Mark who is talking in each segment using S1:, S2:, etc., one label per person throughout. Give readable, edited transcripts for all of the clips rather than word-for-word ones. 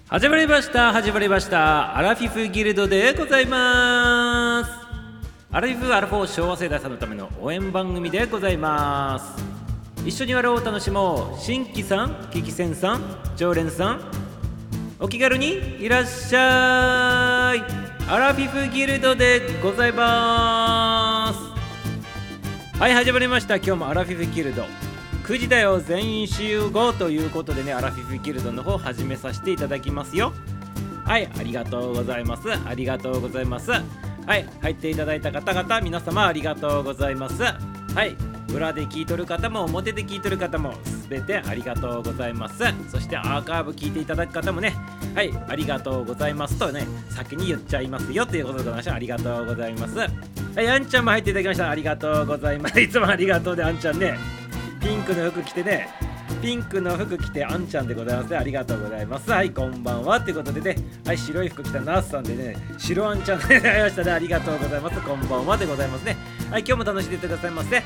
S1: 始まりましたアラフィフギルドでございます。アラフィフアラフォー昭和世代さんのための応援番組でございます。一緒に笑おう楽しもう。新規さん、危機戦さん、常連さん、お気軽にいらっしゃい。アラフィフギルドでございます。はい、始まりました。今日もアラフィフギルド9時だよ全員集合ということでね、アラフィフギルドの方始めさせていただきますよ。はい、ありがとうございます。ありがとうございます。はい、入っていただいた方々皆様ありがとうございます。はい、裏で聞いとる方も表で聞いとる方も全てありがとうございます。そしてアーカイブ聞いていただく方もね、はい、ありがとうございますとね先に言っちゃいますよということでございました。ありがとうございます。はい、あんちゃんも入っていただきました。ありがとうございます。いつもありがとうで、あんちゃんねピンクの服着てね、ピンクの服着てあんちゃんでございますね。ありがとうございます。はい、こんばんはということでね、はい、白い服着たナースさんでね、白あんちゃんでありましたね。ありがとうございます。こんばんはでございますね。はい、今日も楽しんでいってくださいませ。はい、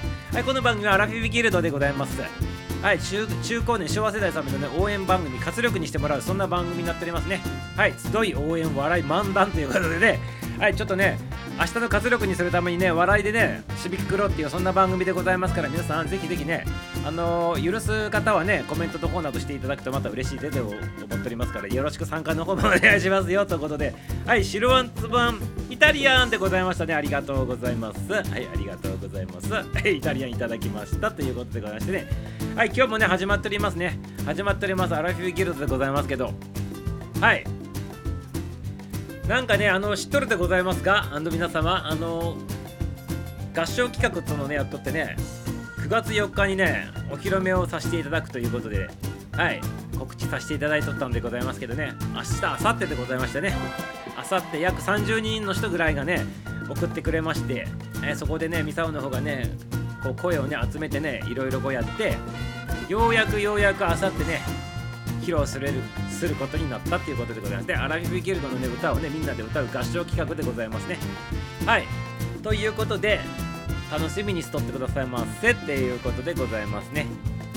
S1: この番組はアラフィフギルドでございます。はい、中高年昭和世代様のね応援番組、活力にしてもらうそんな番組になっておりますね。はい、集い応援笑い漫談ということでね、はい、ちょっとね明日の活力にするためにね笑いでねしびくろうっていうそんな番組でございますから、皆さんぜひぜひね許す方はねコメントとコーナーとしていただくとまた嬉しいでと思っておりますから、よろしく参加の方もお願いしますよということで、はい、白ワンツバンイタリアンでございましたね。ありがとうございます。はい、ありがとうございます。はい、イタリアンいただきましたということでございましてね、はい、今日もね始まっておりますね。始まっておりますアラフィフギルドでございますけど、はい、なんかね知っとるでございますか。皆様合唱企画とのねやっとってね、9月4日にねお披露目をさせていただくということで、はい、告知させていただいとったんでございますけどね、明日明後日でございましてね、明後日約30人の人ぐらいがね送ってくれまして、そこでねミサオの方がねこう声をね集めてねいろいろこうやって、ようやく明後日ね披露することになったっていうことでございます。で、アラフィフギルドのね歌をねみんなで歌う合唱企画でございますね。はい、ということで楽しみにしとってくださいませっていうことでございますね。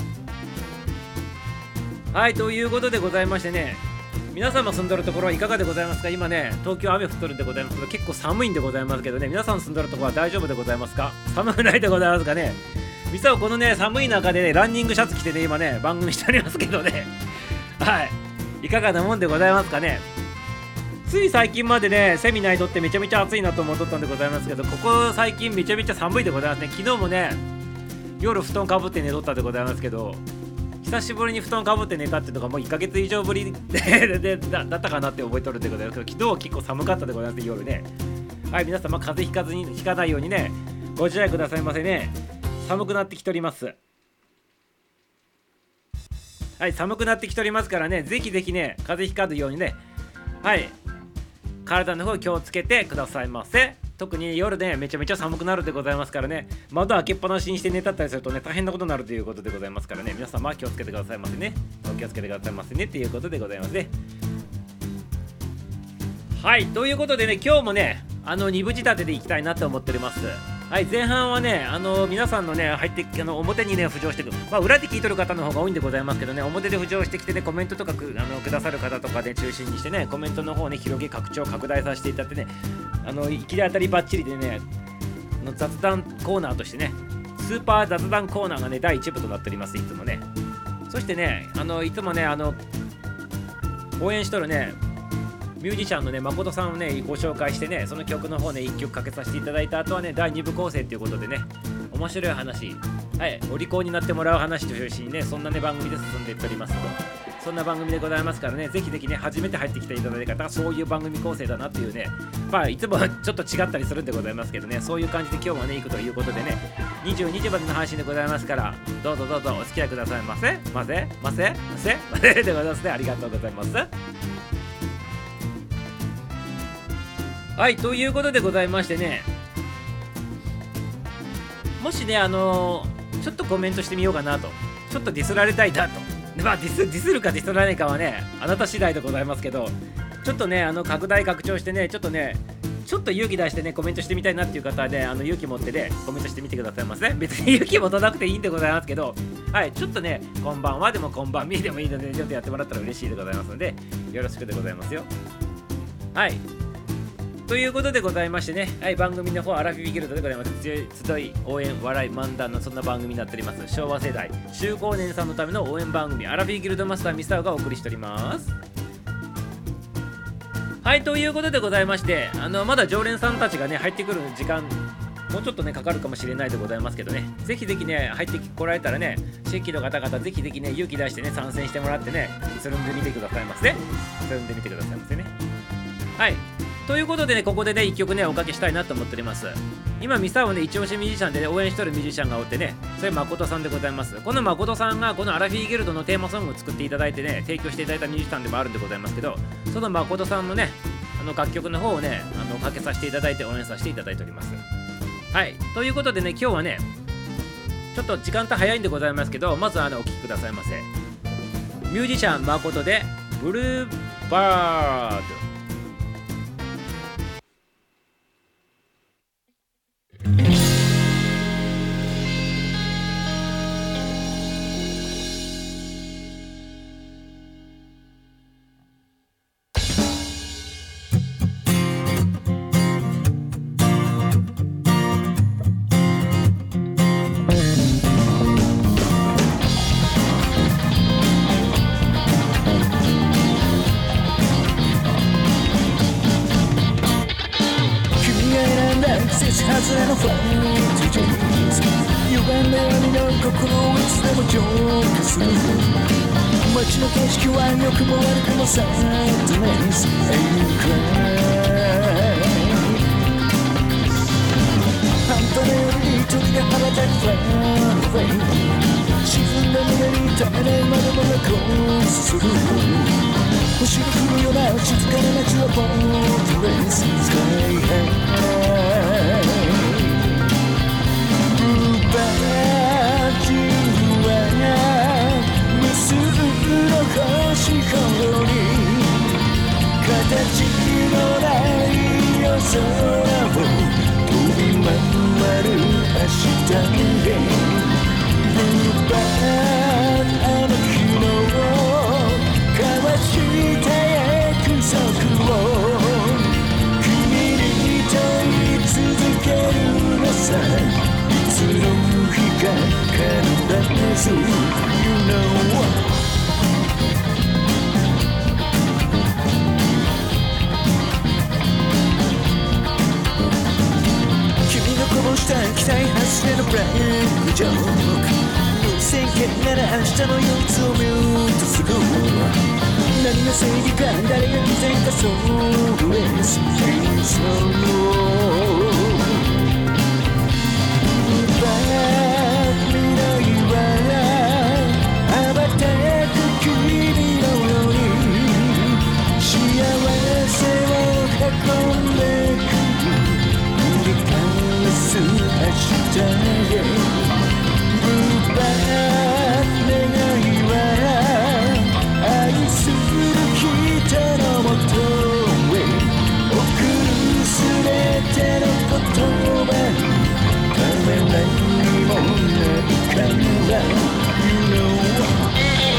S1: はい、ということでございましてね、皆様住んどるところはいかがでございますか。今ね東京雨降っとるんでございますけど、結構寒いんでございますけどね、皆さん住んどるところは大丈夫でございますか。寒くないでございますかね。ミサオこのね寒い中でねランニングシャツ着てね今ね番組しておりますけどね、はい、いかがなもんでございますかね。つい最近までねセミナーにとってめちゃめちゃ暑いなと思っとったんでございますけど、ここ最近めちゃめちゃ寒いでございますね。昨日もね夜布団かぶって寝とったでございますけど、久しぶりに布団かぶって寝たっていうのがもう1ヶ月以上ぶりだったかなって覚えとるんでございますけど、昨日は結構寒かったでございます夜ね。はい、皆様風邪ひかないようにねご自愛くださいませね。寒くなってきております。はい、寒くなってきておりますからね、ぜひぜひね風邪ひかぬようにね、はい、体の方気をつけてくださいませ。特に夜ねめちゃめちゃ寒くなるでございますからね、窓開けっぱなしにして寝たったりするとね大変なことになるということでございますからね、皆様気をつけてくださいませね。お気をつけてくださいませねっていうことでございますね。はい、ということでね今日もね2部仕立てでいきたいなと思っております。はい、前半はね皆さんのね入って表にね浮上してくる、裏で聞いとる方の方が多いんでございますけどね、表で浮上してきてねコメントとかくださる方とかで中心にしてねコメントの方をね広げ拡張拡大させていただいてね、行き当たりばっちりでね雑談コーナーとしてねスーパー雑談コーナーがね第1部となっております。いつもね、そしてねいつもね応援しとるねミュージシャンのね誠さんをねご紹介してね、その曲の方ね1曲かけさせていただいた後はね第2部構成ということでね、面白い話、はい、お利口になってもらう話というしにねそんなね番組で進んでいっておりますと、そんな番組でございますからね、ぜひぜひね初めて入ってきていただいた方はそういう番組構成だなっていうね、いつもちょっと違ったりするんでございますけどね、そういう感じで今日はね行くということでね22時までの配信でございますから、どうぞどうぞお付き合いくださいませでございますね。ありがとうございます。はい、ということでございましてね、もしねちょっとコメントしてみようかなと、ちょっとディスられたいなと、ディスるかディスられないかはねあなた次第でございますけど、ちょっとね拡大拡張してねちょっとねちょっと勇気出してねコメントしてみたいなっていう方はね勇気持ってねコメントしてみてくださいませ。別に勇気持たなくていいんでございますけど、はい、ちょっとねこんばんはでもこんばんみでもいいのでちょっとやってもらったら嬉しいでございますのでよろしくでございますよ。はい、ということでございましてね、はい、番組の方アラフィフギルドでございます。集い応援笑い漫談のそんな番組になっております。昭和世代中高年さんのための応援番組アラフィフギルドマスターミサオがお送りしております。はい、ということでございまして、まだ常連さんたちがね入ってくる時間もうちょっとねかかるかもしれないでございますけどね、ぜひぜひね入ってこられたらね新規の方々ぜひぜひね勇気出してね参戦してもらってねつるんでみてくださいませね。つるんでみてくださいませね。はい、ということでねここでね一曲ねおかけしたいなと思っております。今ミサをね一押しミュージシャンで、ね、応援してるミュージシャンがおってね、それ誠さんでございます。この誠さんがこのアラフィーギルドのテーマソングを作っていただいてね提供していただいたミュージシャンでもあるんでございますけど、その誠さんのね楽曲の方をねかけさせていただいて応援させていただいております。はい、ということでね今日はねちょっと時間帯早いんでございますけど、まずお聴きくださいませ。ミュージシャン誠でブルーバード。
S2: 季節外れのファンタジーズ、歪んだ闇の心をいつでも浄化する。街の景色は良くも悪くもサイドネス半端な夜に鳥が羽ばたくファーウェイ、沈んだ胸に絶えないまだまだこうする。星が降るような静かな街はボートレーススカイハイバージンは無数の星ほどに形のない夜空を飛び回る明日へブーバーあの日の交わした約束を君に問い続けるのさ。いつの日か必ず You know 君のこぼした期待外れのブラックジョーク、無線圏なら明日の憂鬱をミュートする。何が正義か誰が偽善かそうです真相未来は羽ばたく君のように幸せを運んでく繰り返す明日へブーバー願いは愛する人のもとへ送るすべての言葉にためらいもないから You know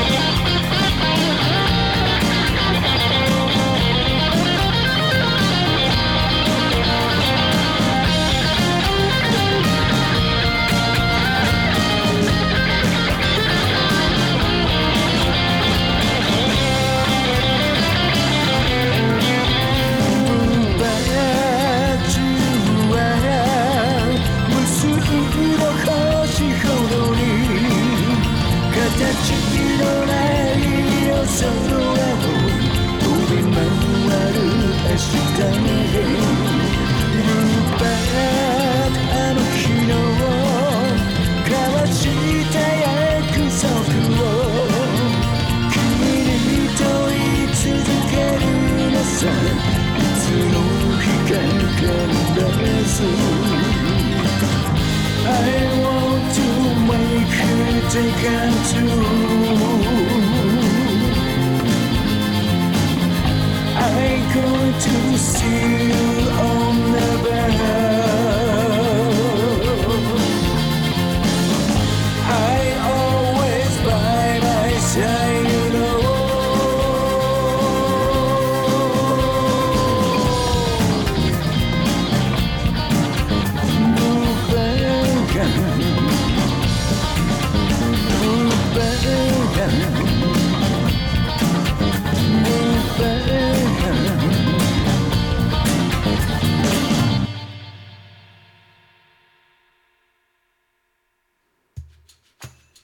S2: I want to make it take unto I'm going to see you on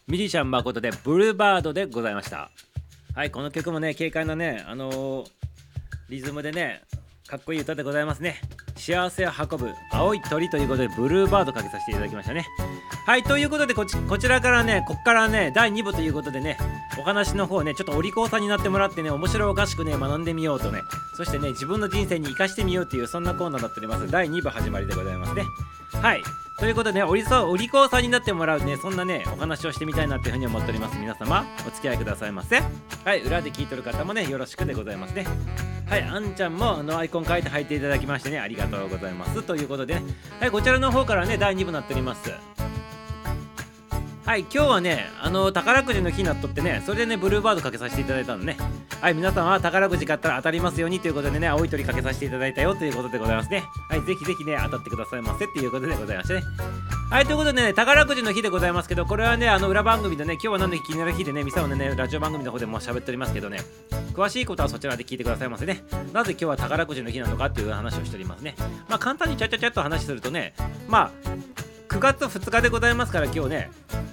S1: ミュージシャン誠でブルーバードでございました。はい、この曲もね軽快なねリズムでねかっこいい歌でございますね。幸せを運ぶ青い鳥ということでブルーバードかけさせていただきましたね。はい、ということでこちらからねこっからね第2部ということでねお話の方ねちょっとお利口さんになってもらってね面白おかしくね学んでみようとね、そしてね自分の人生に生かしてみようというそんなコーナーになっております。第2部始まりでございますね。はい、ということでねお利口さんになってもらうねそんなねお話をしてみたいなっていうふうに思っております。皆様お付き合いくださいませ。はい、裏で聞いてる方もねよろしくでございますね。はい、あんちゃんもアイコン書いて入っていただきましてねありがとうございますということで、ね、はい、こちらの方からね第2部になっております。はい、今日はね宝くじの日になっとってねそれでねブルーバードかけさせていただいたのね。はい、皆さんは宝くじ買ったら当たりますようにということでね青い鳥かけさせていただいたよということでございますね。はい、ぜひぜひね当たってくださいませっていうことでございましてね。はい、ということでね宝くじの日でございますけど、これはね裏番組でね今日は何で気になる日でねミサオのねラジオ番組の方でも喋っておりますけどね、詳しいことはそちらで聞いてくださいませね。なぜ今日は宝くじの日なのかっていう話をしておりますね。まあ簡単にちゃっと話するとね、まあ9月2日でございますから今日ね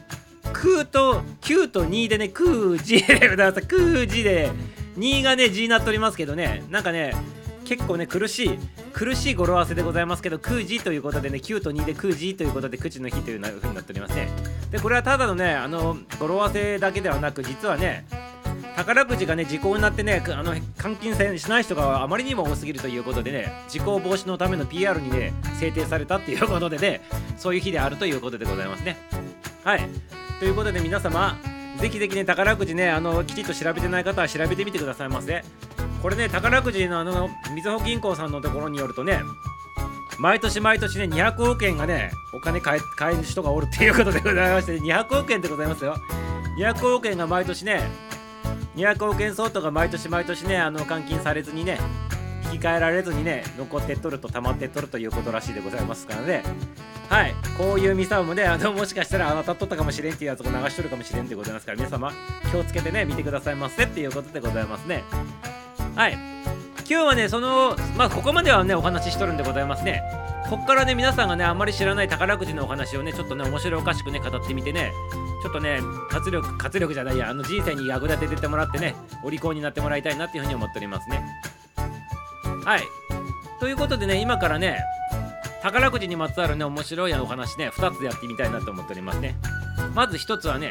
S1: 9と2でね空字でございます。空字で2がね字になっておりますけどね、なんかね結構ね苦しい語呂合わせでございますけど空字ということでね9と2で空字ということで口の日という風になっておりますね。でこれはただのね語呂合わせだけではなく実はね宝くじがね時効になってね換金しない人があまりにも多すぎるということでね時効防止のための PR にね制定されたっていうことでねそういう日であるということでございますね。はい、ということで皆様ぜひぜひね宝くじねきちっと調べてない方は調べてみてくださいませ。これね宝くじのみずほ銀行さんのところによるとね毎年ね200億円がねお金買える人がおるっていうことでございまして、200億円でございますよ。200億円が毎年ね200億円相当が毎年ね換金されずにね引き換えられずにね残ってっとると溜まってっとるということらしいでございますからね。はい、こういうミサオもねもしかしたら当たっとったかもしれんっていうやつを流しとるかもしれんでございますから、皆様気をつけてね見てくださいませっていうことでございますね。はい、今日はねここまではねお話ししとるんでございますね。こっからね皆さんがねあんまり知らない宝くじのお話をねちょっとね面白おかしくね語ってみてねちょっとね活力じゃないや人生に役立ててってもらってねお利口になってもらいたいなっていうふうに思っておりますね。はい、ということでね今からね宝くじにまつわるね面白いお話ね2つでやってみたいなと思っておりますね。まず1つはね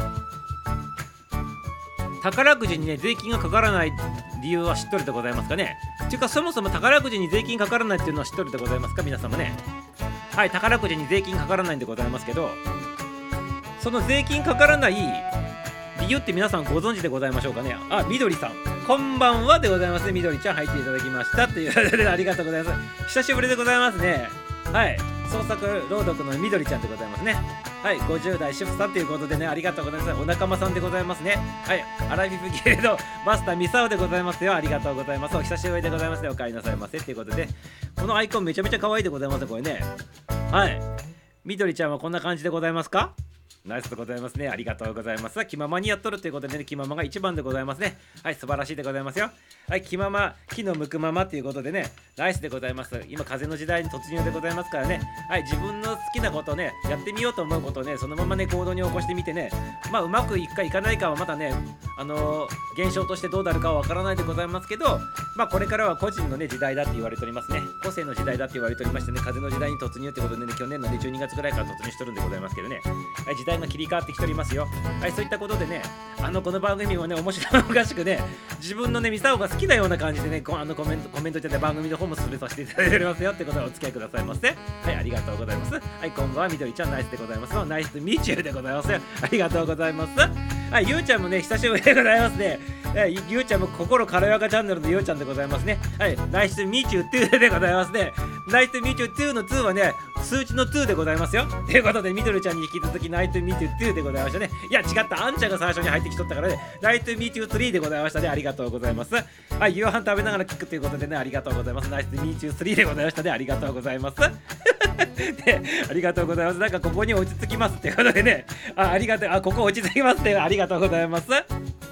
S1: 宝くじにね税金がかからない理由は知っとるでございますかね。っていうかそもそも宝くじに税金かからないっていうのは知っとるでございますか皆様ね。はい、宝くじに税金かからないんでございますけど、その税金かからない理由って皆さんご存知でございましょうかね。あ、みどりさんこんばんはでございますね。みどりちゃん入っていただきましたということでありがとうございます。久しぶりでございますね。はい、創作朗読のみどりちゃんでございますね。はい、50代主婦さんということでねありがとうございます。お仲間さんでございますね。はい、アラフィフギルドマスターミサオでございますよ。ありがとうございます。お久しぶりでございますね。お帰りなさいませということで、このアイコンめちゃめちゃ可愛いでございますこれね。はい、みどりちゃんはこんな感じでございますか。ナイスでございますね。ありがとうございます。気ままにやっとるということでね、気ままが一番でございますね。はい、素晴らしいでございますよ。はい、気まま、気の向くままということでね、ナイスでございます。今、風の時代に突入でございますからね、はい、自分の好きなことをね、やってみようと思うことをね、そのままね、行動に起こしてみてね、まあ、うまくいくかいかないかはまたね、現象としてどうなるかはわからないでございますけど、まあ、これからは個人のね、時代だって言われておりますね。個性の時代だって言われておりましてね、風の時代に突入ってことでね、去年のね、12月ぐらいから突入しとるんでございますけどね、はい、時代が切り替わってきておりますよ。はい、そういったことでね、この番組もね、面白おかしくね、自分のね、ミサオが好きなような感じでね、コメントいただいて番組の方も進めさせていただいておりますよってことでお付き合いくださいませ。はい、ありがとうございます。はい、今後はみどりちゃんナイスでございます。ナイスミーチューでございますよ。ありがとうございます。はい、ゆうちゃんもね、久しぶりでございますね。ゆうちゃんも心軽やかチャンネルのゆうちゃんでございますね。はい、ナイスミーチュー2でございますね。ナイスミーチュー2の2はね、数値の2でございますよ。ということで、みどりちゃんに引き続きナイスミーチュー2でございましたね。いや、違った。あんちゃんが最初に入ってきとったからね、ナイスミーチュー3でございましたね。ありがとうございます。はい、夕飯食べながら聞くということでね、ありがとうございます。ナイスミーチュー3でございましたね。ありがとうございます。で、ありがとうございます。なんかここに落ち着きますってことでね、ありがとう、ここ落ち着きますって、ありがとうございます。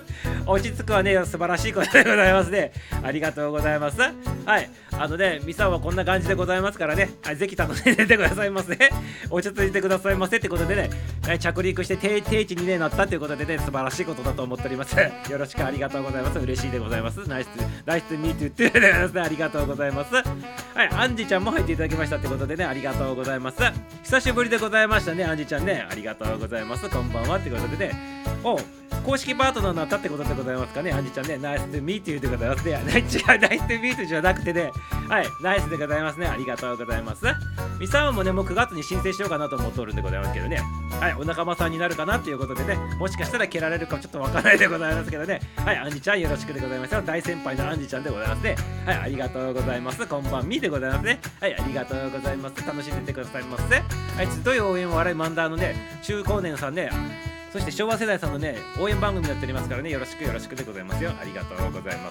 S1: 落ち着くはね素晴らしいことでございますね。ありがとうございます。はい、ミサオはこんな感じでございますからね、はい、ぜひ楽しんでてくださいませ。落ち着いてくださいませってことでね、着陸して定地に、ね、なったということでね、素晴らしいことだと思っております。よろしくありがとうございます。嬉しいでございます。ナイスミートゥーって言ってますね。ありがとうございます。はい、アンジちゃんも入っていただきましたってことでね、ありがとうございます。久しぶりでございましたね、アンジちゃんね。ありがとうございます。こんばんはってことでね、公式パートナーになったってことでございますかね、アンジちゃんね。ナイスミートゥーでございますね。違う、ナイスミートじゃなくてね、はい、ナイスでございますね。ありがとうございます。ミサオもね、もう9月に申請しようかなと思っとるんでございますけどね、はい、お仲間さんになるかなっていうことでね、もしかしたら蹴られるかちょっとわからないでございますけどね、はい、アンジちゃんよろしくでございますよ。大先輩のアンジちゃんでございますね。はい、ありがとうございます。こんばんみでございますね。はい、ありがとうございます。楽しんでてくださいませ。はい、集い応援お笑い漫談のね、中高年さんね、そして昭和世代さんのね、応援番組になっておりますからね、よろしくでございますよ。ありがとうございます。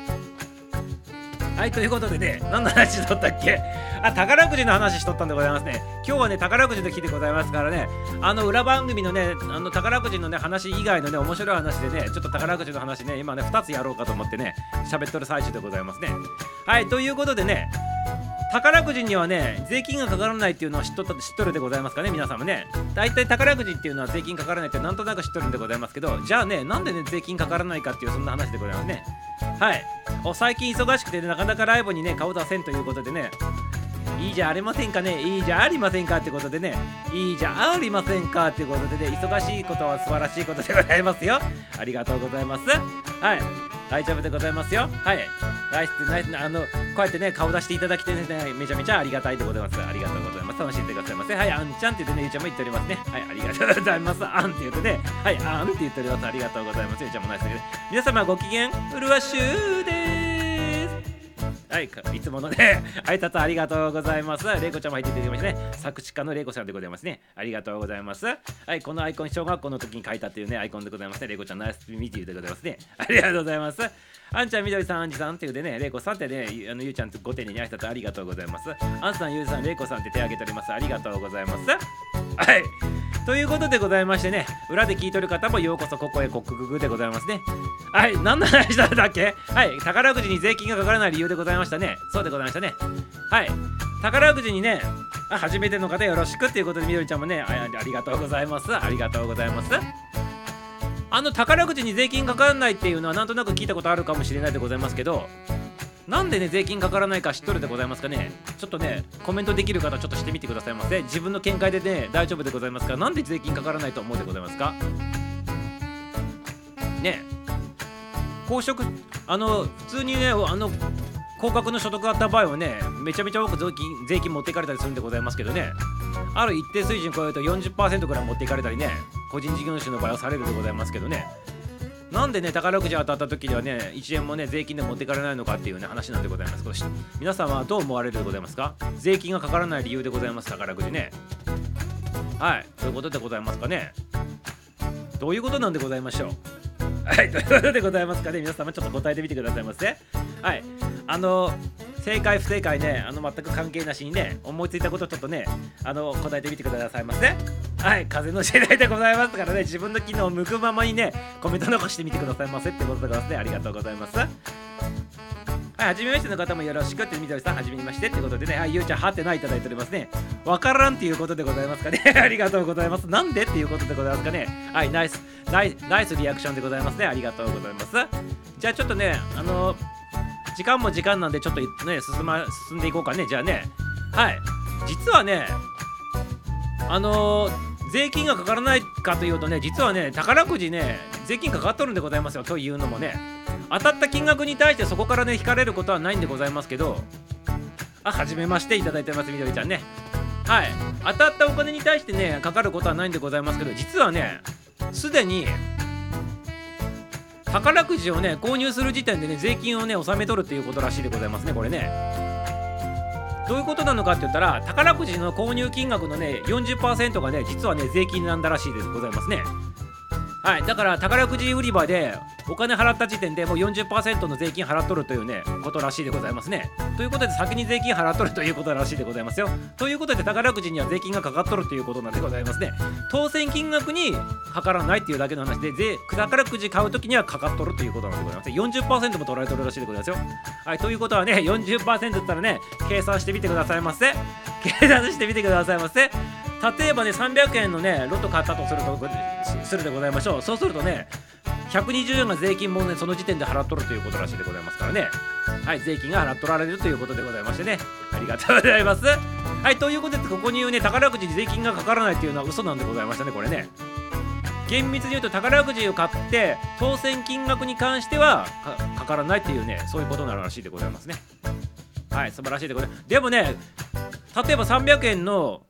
S1: はい、ということでね、何の話しとったっけ？宝くじの話しとったんでございますね。今日はね、宝くじの日でございますからね、裏番組のね、宝くじのね、話以外のね、面白い話でね、ちょっと宝くじの話ね、今ね、2つやろうかと思ってね、喋っとる最中でございますね。はい、ということでね、宝くじにはね、税金がかからないっていうのは知っとるでございますかね、皆さんもね。大体宝くじっていうのは税金かからないってなんとなく知っとるんでございますけど、じゃあね、なんでね、税金かからないかっていうそんな話でございますね。はい。最近忙しくて、ね、なかなかライブにね、顔出せんということでね、いいじゃありませんかね、いいじゃありませんかってことでね、いいじゃありませんかってことでね、忙しいことは素晴らしいことでございますよ。ありがとうございます。はい、大丈夫でございますよ。はい、ナイスこうやってね、顔出していただきてね、めちゃめちゃありがたいでございます。ありがとうございます。楽しんでくださいませ。はい、あんちゃんって言ってね、ゆうちゃんも言っておりますね。はい、ありがとうございます。あんって言ってね、はい、あんって言っております。ありがとうございます。ゆうちゃんもナイスで、皆様ご機嫌うるわしゅうでーす。はい、いつものね、挨拶ありがとうございます。レイコちゃんも入っていただきましたね。作詞家のレイコさんでございますね。ありがとうございます。はい、このアイコン、小学校の時に書いたっていうね、アイコンでございますね。レイコちゃん、ナイスミーティーでございますね。ありがとうございます。あんちゃん、みどりさん、あんじさんっていうでね、レイコさんってね、ゆうちゃんとご丁寧に挨拶ありがとうございます。あんさん、ゆうさん、レイコさんって手挙げております。ありがとうございます。はい。ということでございましてね、裏で聞いとる方もようこそここへこくぐぐでございますね。はい、何の話だったっけ？はい、宝くじに税金がかからない理由でございましたね。そうでございましたね。はい、宝くじにね、初めての方よろしくっていうことで、みどりちゃんもね、ありがとうございます。ありがとうございます。宝くじに税金かからないっていうのはなんとなく聞いたことあるかもしれないでございますけど、なんでね、税金かからないか知っとるでございますかね。ちょっとね、コメントできる方ちょっとしてみてくださいませ。自分の見解でね、大丈夫でございますか。なんで税金かからないと思うでございますかね。公職、普通にね、高額の所得があった場合はね、めちゃめちゃ多く税金持っていかれたりするんでございますけどね、ある一定水準超えると 40% ぐらい持っていかれたりね、個人事業主の場合はされるでございますけどね、なんでね、宝くじ当たった時にはね、1円もね、税金で持っていかれないのかっていうね、話なんでございます。皆さんはどう思われるでございますか。税金がかからない理由でございます、宝くじね。はい、どういうことでございますかね。どういうことなんでございましょう。はい、ということでございますかね。皆様ちょっと答えてみてくださいませ。はい、正解不正解ね、全く関係なしにね、思いついたことちょっとね、答えてみてくださいませ。はい、風の時代でございますからね、自分の機能を向くままにね、コメント残してみてくださいませってことでございますね。ありがとうございます。はい、はじめましての方もよろしくって、みどりさんはじめましてってことでね、はい、ゆうちゃんはってないいただいておりますね。わからんっていうことでございますかね。ありがとうございます。なんでっていうことでございますかね。はい、ナイスリアクションでございますね。ありがとうございます。じゃあちょっとね、時間も時間なんで、ちょっとね、進んでいこうかね。じゃあね、はい、実はね、税金がかからないかというとね、実はね、宝くじね、税金かかっとるんでございますよ。というのもね、当たった金額に対してそこからね、引かれることはないんでございますけど、はじめましていただいてます、みどりちゃんね。はい、当たったお金に対してね、かかることはないんでございますけど、実はね、すでに宝くじをね、購入する時点でね、税金をね、納めとるっていうことらしいでございますね、これね。どういうことなのかって言ったら、宝くじの購入金額のね、40% がね、実はね、税金なんだらしいでございますね。はい、だから宝くじ売り場でお金払った時点でもう 40% の税金払っとるというねことらしいでございますね。ということで先に税金払っとるということらしいでございますよ。ということで宝くじには税金がかかっとるということなんでございますね。当選金額にかからないっていうだけの話で、宝くじ買うときにはかかっとるということなんでございます。40% も取られとるらしいでございますよ。はい、ということはね 40% だったらね計算してみてくださいませ。計算してみてくださいませ。例えばね300円のねロト買ったとするでございましょう。そうするとね120円が税金もねその時点で払っとるということらしいでございますからね。はい、税金が払っとられるということでございましてね、ありがとうございます。はい、ということでここに言うね宝くじに税金がかからないっていうのは嘘なんでございましたね。これね厳密に言うと宝くじを買って当選金額に関しては かからないっていうねそういうことなるらしいでございますね。はい、素晴らしいでございます。でもね例えば300円の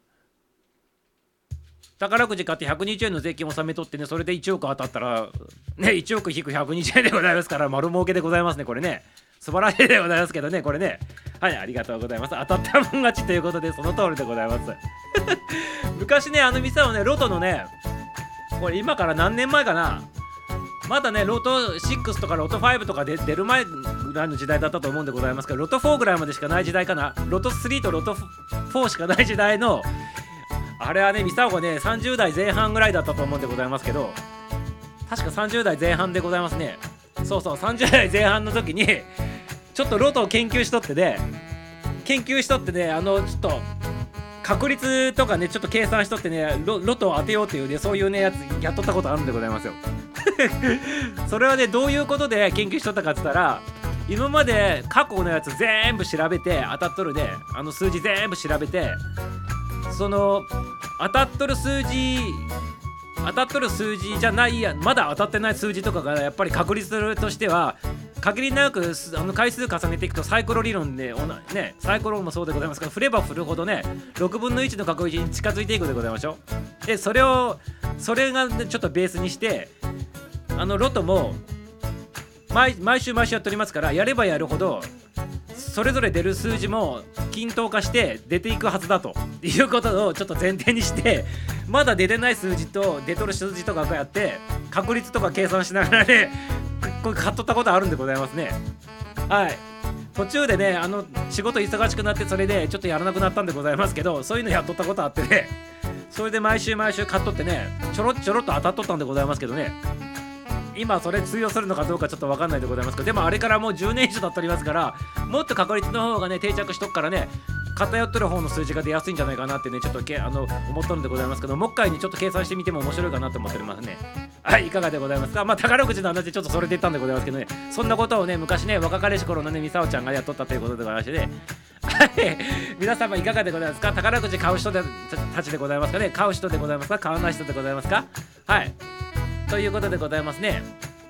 S1: 宝くじ買って120円の税金を納めとってねそれで1億当たったらね1億引く120円でございますから丸儲けでございますね。これね素晴らしいでございますけどねこれね。はい、ありがとうございます。当たったもん勝ちということでその通りでございます昔ね店をねロトのねこれ今から何年前かな、まだねロト6とかロト5とかで出る前ぐらいの時代だったと思うんでございますけど、ロト4ぐらいまでしかない時代かな、ロト3とロト4しかない時代のあれはねミサオがね30代前半ぐらいだったと思うんでございますけど、確か30代前半でございますね。そうそう30代前半の時にちょっとロトを研究しとってねちょっと確率とかねちょっと計算しとってねロトを当てようっていうねそういうねやつやっとったことあるんでございますよそれはねどういうことで研究しとったかって言ったら、今まで過去のやつ全部調べて当たっとるね数字全部調べて、その当たっとる数字じゃないやまだ当たってない数字とかがやっぱり確率としては限りなく回数重ねていくとサイコロ理論でねサイコロもそうでございますが振れば振るほどね6分の1の確率に近づいていくでございましょう。でそれが、ね、ちょっとベースにしてロトも毎週やっておりますから、やればやるほどそれぞれ出る数字も均等化して出ていくはずだということをちょっと前提にして、まだ出てない数字と出とる数字とかこうやって確率とか計算しながらねこれ買っとったことあるんでございますね。はい、途中でね仕事忙しくなってそれでちょっとやらなくなったんでございますけど、そういうのやっとったことあってね、それで毎週買っとってねちょろっと当たっとったんでございますけどね、今それ通用するのかどうかちょっと分かんないでございますけど、でもあれからもう10年以上経っておりますから、もっと確率の方がね定着しとくからね偏ってる方の数字が出やすいんじゃないかなってねちょっと思ったんでございますけど、もう一回にちょっと計算してみても面白いかなと思っておりますね。はい、いかがでございますか。宝くじの話でちょっとそれで言ったんでございますけどね、そんなことをね昔ね若かりし頃のねミサオちゃんがやっとったということでございましてね皆様いかがでございますか。宝くじ買う人たちでございますかね、買う人でございますか、買わない人でございますか。はい、ということでございますね。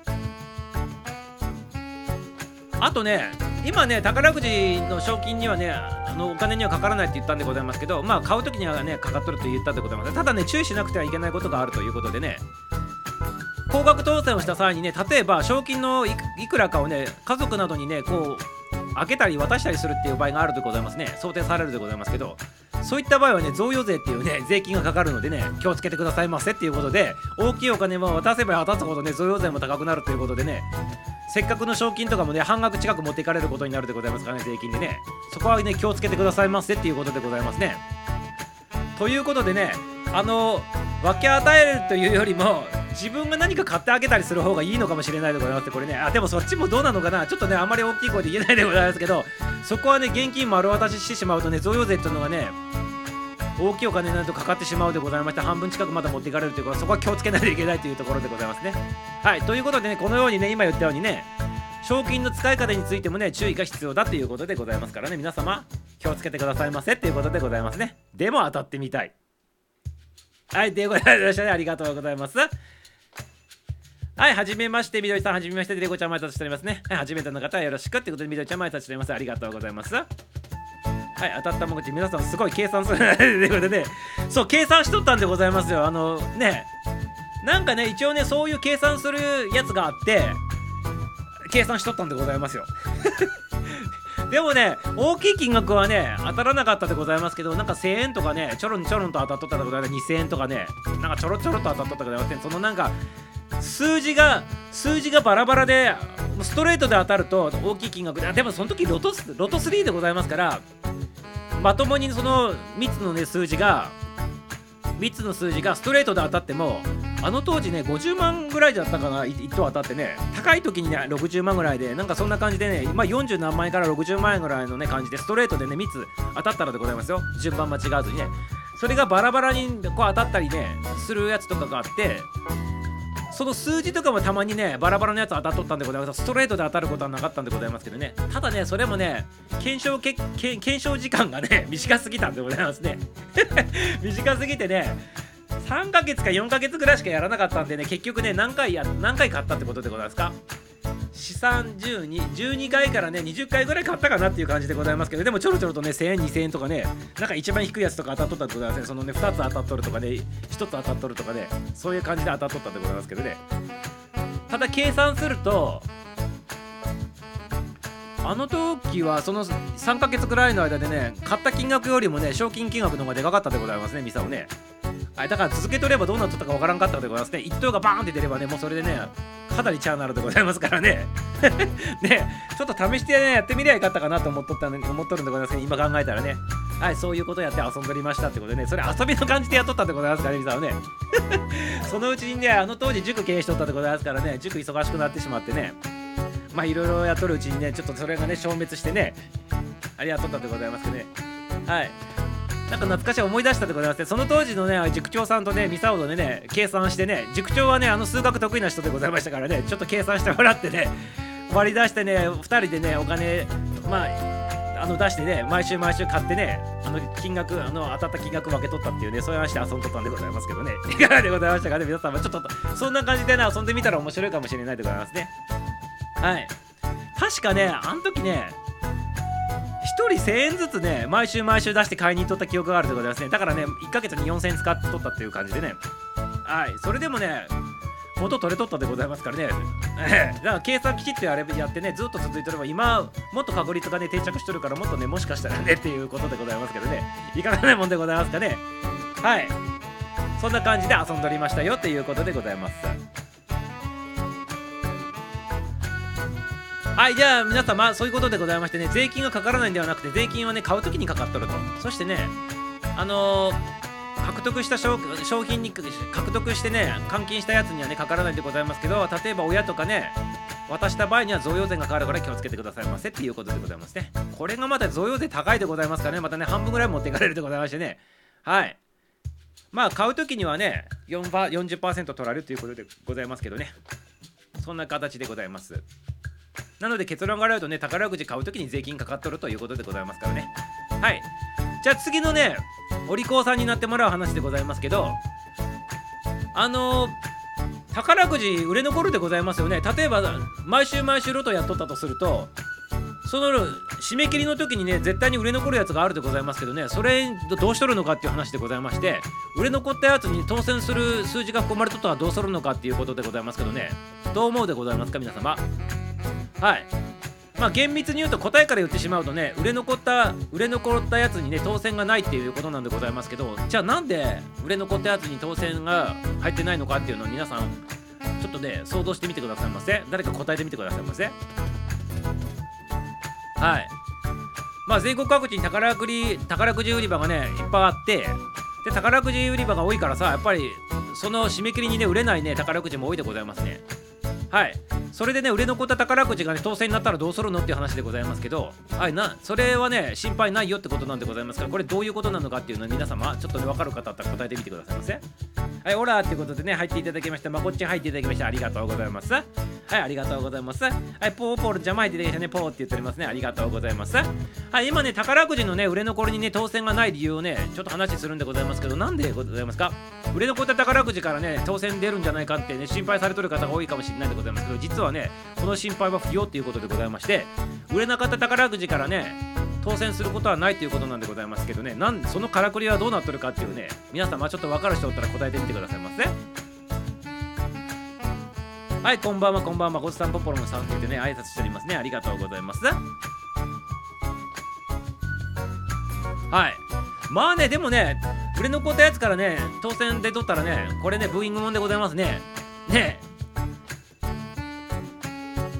S1: あとね今ね宝くじの賞金にはねお金にはかからないって言ったんでございますけど、まあ買う時にはねかかっとると言ったでございます。ただね注意しなくてはいけないことがあるということでね、高額当選をした際にね例えば賞金のいくらかをね家族などにねこう開けたり渡したりするっていう場合があるでございますね、想定されるでございますけど、そういった場合はね贈与税っていうね税金がかかるのでね気をつけてくださいませっていうことで、大きいお金も渡せば渡すほどね贈与税も高くなるということでね、せっかくの賞金とかもね半額近く持っていかれることになるでございますからね、税金でね、そこはね気をつけてくださいませっていうことでございますね。ということでね分け与えるというよりも自分が何か買ってあげたりする方がいいのかもしれないでございます。これねでもそっちもどうなのかな、ちょっとねあんまり大きい声で言えないでございますけど、そこはね現金丸渡ししてしまうとね贈与税っていうのがね大きいお金になるとかかってしまうでございまして、半分近くまだ持っていかれるということ、そこは気をつけないといけないというところでございますね。はい、ということでねこのようにね今言ったようにね賞金の使い方についてもね注意が必要だということでございますからね、皆様気をつけてくださいませっていうことでございますね。でも当たってみたい。はい、ということでましたね、ありがとうございます。はい、はじめましてみどりさん、はじめましてでレコちゃん前立ちしておりますね。はい、初めての方はよろしくってことでみどりちゃん前立ちしております。ありがとうございます。はい、当たったもん勝ち、皆さんすごい計算するということで、そう計算しとったんでございますよ。ねなんかね一応ねそういう計算するやつがあって計算しとったんでございますよでもね大きい金額はね当たらなかったでございますけど、なんか1000円とかねちょろんと当たっとったでございます。2000円とかねなんかちょろっと当たっとったでございます。そのなんか数字がバラバラでストレートで当たると大きい金額で、でもその時ロト3でございますから、まともにその3つのね数字がストレートで当たっても、あの当時ね50万ぐらいだったかな、1等当たってね、高い時にね60万ぐらいで、なんかそんな感じでね、まあ40何万円から60万円ぐらいのね感じでストレートでね3つ当たったらでございますよ、順番間違わずにね。それがバラバラにこう当たったりねするやつとかがあって、その数字とかもたまにねバラバラのやつ当たっとったんでございます。ストレートで当たることはなかったんでございますけどね。ただねそれもね検証時間がね短すぎたんでございますね短すぎてね3ヶ月か4ヶ月ぐらいしかやらなかったんでね、結局ね何回買ったってことでございますか。資産12回からね20回ぐらい買ったかなっていう感じでございますけど、でもちょろちょろとね1000円2000円とかね、なんか一番低いやつとか当たっとったってことでございますね。そのね2つ当たっとるとかね1つ当たっとるとかね、そういう感じで当たっとったってございますけどね。ただ計算するとあの時はその3ヶ月ぐらいの間でね買った金額よりもね賞金金額の方がでかかったでございますね、ミサをね。だから続けとればどうなっとったかわからんかったでございますね。1等がバーンって出ればねもうそれでねかなりチャーなるでございますからねね、ちょっと試してねやってみりゃよかったかなと思っとるんでございますけど、今考えたらね、はい、そういうことやって遊んでおりましたってことでね、それ遊びの感じでやっとったんでございますからね、ミサはねそのうちにね当時塾経営しとったでございますからね、塾忙しくなってしまってね、まあいろいろやっとるうちにねちょっとそれがね消滅してね、あれやっとったでございますけどね。はい、なんか懐かしい思い出したでございますね。その当時のね塾長さんとねミサオドでね計算してね、塾長はね数学得意な人でございましたからね、ちょっと計算してもらってね割り出してね2人でねお金出してね毎週買ってね金額当たった金額分け取ったっていうね、そういう話で遊んでたんでございますけどね、いかがでございましたかね皆さんも。ちょっとそんな感じでね遊んでみたら面白いかもしれないでございますね。はい、確かねあの時ね1人1000円ずつね毎週出して買いに行っとった記憶があるでございますね。だからね1ヶ月に4000円使っとったっていう感じでね、はい、それでもね元取れとったでございますからねだから計算きちっとやってねずっと続いてれば、今もっと確率がね定着しとるから、もっとねもしかしたらねっていうことでございますけどね、いかがなもんでございますかね。はい、そんな感じで遊んでおりましたよっていうことでございます。はい、じゃあ皆様そういうことでございましてね、税金がかからないんではなくて、税金はね買うときにかかっとると。そしてね獲得した商品に獲得してね換金したやつにはねかからないでございますけど、例えば親とかね渡した場合には贈与税がかかるから気をつけてくださいませっていうことでございますね。これがまた贈与税高いでございますからね、またね半分ぐらい持っていかれるでございましてね、はい、まあ買うときにはね40% 取られるということでございますけどね、そんな形でございます。なので結論から言うとね、宝くじ買うときに税金かかっとるということでございますからね。はい、じゃあ次のねお利口さんになってもらう話でございますけど、宝くじ売れ残るでございますよね。例えば毎週ロトやっとったとすると、その締め切りの時にね絶対に売れ残るやつがあるでございますけどね、それどうしとるのかっていう話でございまして、売れ残ったやつに当選する数字が含まれとったらどうするのかっていうことでございますけどね、どう思うでございますか皆様。はい、まあ厳密に言うと答えから言ってしまうとね、売れ残ったやつにね当選がないっていうことなんでございますけど、じゃあなんで売れ残ったやつに当選が入ってないのかっていうのを皆さんちょっとね想像してみてくださいませ。誰か答えてみてくださいませ。はい、まあ全国各地に宝くじ売り場がねいっぱいあって、で宝くじ売り場が多いからさ、やっぱりその締め切りにね売れないね宝くじも多いでございますね。はい、それでね売れ残った宝くじがね当選になったらどうするのっていう話でございますけど、はい、それはね心配ないよってことなんでございますから、これどういうことなのかっていうのを皆様ちょっとね分かる方だったら答えてみてくださいませ。はい、オラーってことでね入っていただきました。まこっちに入っていただきました。ありがとうございます。はい、ありがとうございます。はい、ポールちゃんも入っていただきましたね。ポーって言っておりますね。ありがとうございます。はい、今ね宝くじのね売れ残りにね当選がない理由をねちょっと話するんでございますけど、なんでございますか。売れ残った宝くじからね当選出るんじゃないかってね心配されてる方が多いかもしれないでございますけど、実はねこの心配は不要っていうことでございまして、売れなかった宝くじからね当選することはないということなんでございますけどね、そのからくりはどうなってるかっていうね、皆様ちょっと分かる人おったら答えてみてくださいませ。はい、こんばんはごつさんポポロンさんって言ってね挨拶しておりますね。ありがとうございます。はい、まあねでもね売れ残ったやつからね当選で取ったらね、これねブーイングもんでございますね。ね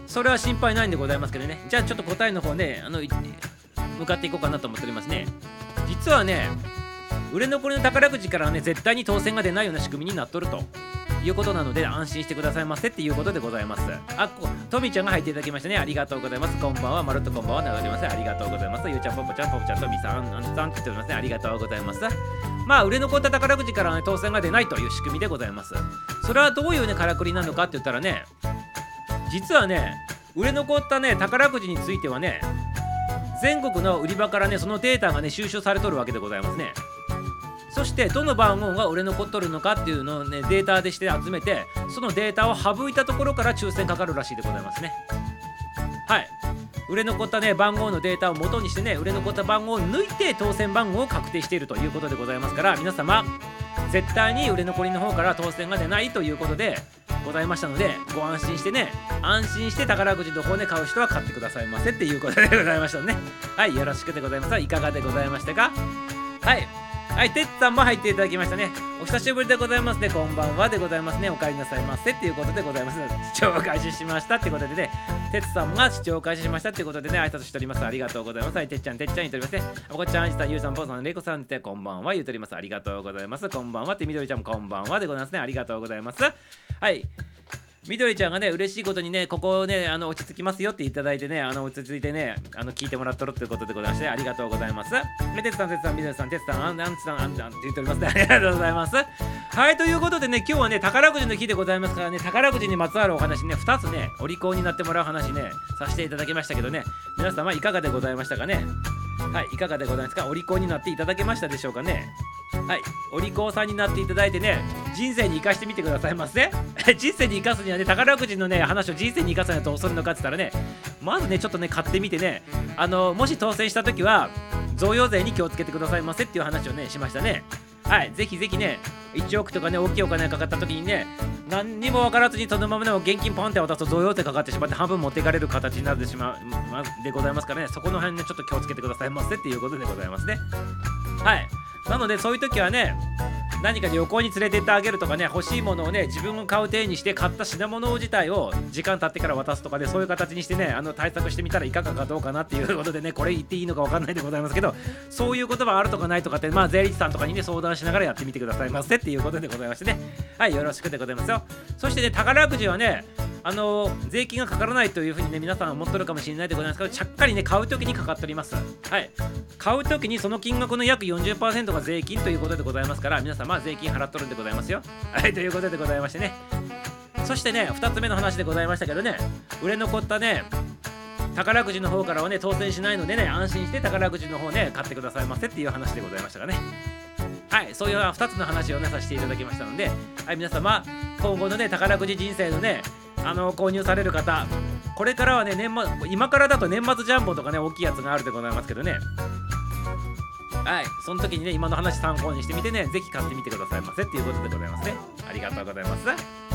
S1: それは心配ないんでございますけどね。じゃあちょっと答えの方ね向かっていこうかなと思っておりますね。実はね、売れ残りの宝くじからはね絶対に当選が出ないような仕組みになっとるということなので、安心してくださいませっていうことでございます。トミちゃんが入っていただきましたね。ありがとうございます。こんばんは。まるっとこんばんは。ながります。ありがとうございます。ゆうちゃん、ぽぽちゃん、ぽぽちゃん、トミさん、さんって言っておりますね。ありがとうございます。まあ売れ残った宝くじからはね当選が出ないという仕組みでございます。それはどういうねからくりなのかって言ったらね、実はね売れ残ったね宝くじについてはね、全国の売り場からねそのデータがね収集されとるわけでございますね。そしてどの番号が売れ残っとるのかっていうのをねデータでして集めて、そのデータを省いたところから抽選かかるらしいでございますね。はい、売れ残ったね番号のデータを元にしてね、売れ残った番号を抜いて当選番号を確定しているということでございますから、皆様絶対に売れ残りの方から当選が出ないということでございましたので、ご安心してね、安心して宝くじの方で買う人は買ってくださいませっていうことでございましたね。はい、よろしくでございます。いかがでございましたか。はい、てっさんも入っていただきましたね。お久しぶりでございますね。こんばんはでございますね。お帰りなさいませっていうことでございます。視聴開始しましたってことでね、てっさんが視聴開始しましたっていうことでね、挨拶しております。ありがとうございます。はい、てっちゃん言っておりますね。おこちゃん、あじさん、ゆうさん、ぽうさん、れいこさんってこんばんは言うております。ありがとうございます。こんばんはって、みどりちゃんもこんばんはでございますね。ありがとうございます。はい。みどりちゃんがね嬉しいことにね、ここをね落ち着きますよっていただいてね、落ち着いてね聞いてもらっとるということでございまして、ありがとうございます。てつさん、みどりさん、てつさん、あんって言っておりますね。ありがとうございます。はい、ということでね、今日はね宝くじの日でございますからね、宝くじにまつわるお話ね2つねお利口になってもらう話ねさせていただきましたけどね、皆様いかがでございましたかね。はい、いかがでございますか。お利口になっていただけましたでしょうかね。はい、お利口さんになっていただいてね、人生に生かしてみてくださいませ。人生に生かすにはね、宝くじのね話を人生に生かすにはどうするのかって言ったらね、まずねちょっとね買ってみてね、もし当選した時は贈与税に気をつけてくださいませっていう話をねしましたね。はい、ぜひぜひね1億とかね大きいお金がかかった時にね、何にも分からずにそのままでも現金ポンって渡すと贈与税かかってしまって半分持っていかれる形になってしまうでございますからね、そこの辺ねちょっと気をつけてくださいませっていうことでございますね。はい、なのでそういう時はね、何か旅行に連れて行ってあげるとかね、欲しいものをね自分が買う体にして買った品物自体を時間経ってから渡すとかで、そういう形にしてね対策してみたらいかがかどうかなっていうことでね、これ言っていいのか分かんないでございますけど、そういう言葉あるとかないとかって税理士さんとかにね相談しながらやってみてくださいませっていうことでございましてね。はい、よろしくでございますよ。そしてね宝くじはね税金がかからないというふうにね皆さん思ってるかもしれないでございますけど、ちゃっかりね買う時にかかっております。はい、買う時にその金額の約 40% が税金ということでございますから、皆様税金払っとるんでございますよ。はい、ということでございましてね、そしてね2つ目の話でございましたけどね、売れ残ったね宝くじの方からはね当選しないのでね、安心して宝くじの方ね買ってくださいませっていう話でございましたがね。はい、そういう2つの話をねさせていただきましたので、はい、皆様今後のね宝くじ人生のね購入される方、これからはね今からだと年末ジャンボとかね大きいやつがあるでございますけどね、はい、その時にね今の話参考にしてみてね、ぜひ買ってみてくださいませっていうことでございますね。ありがとうございます。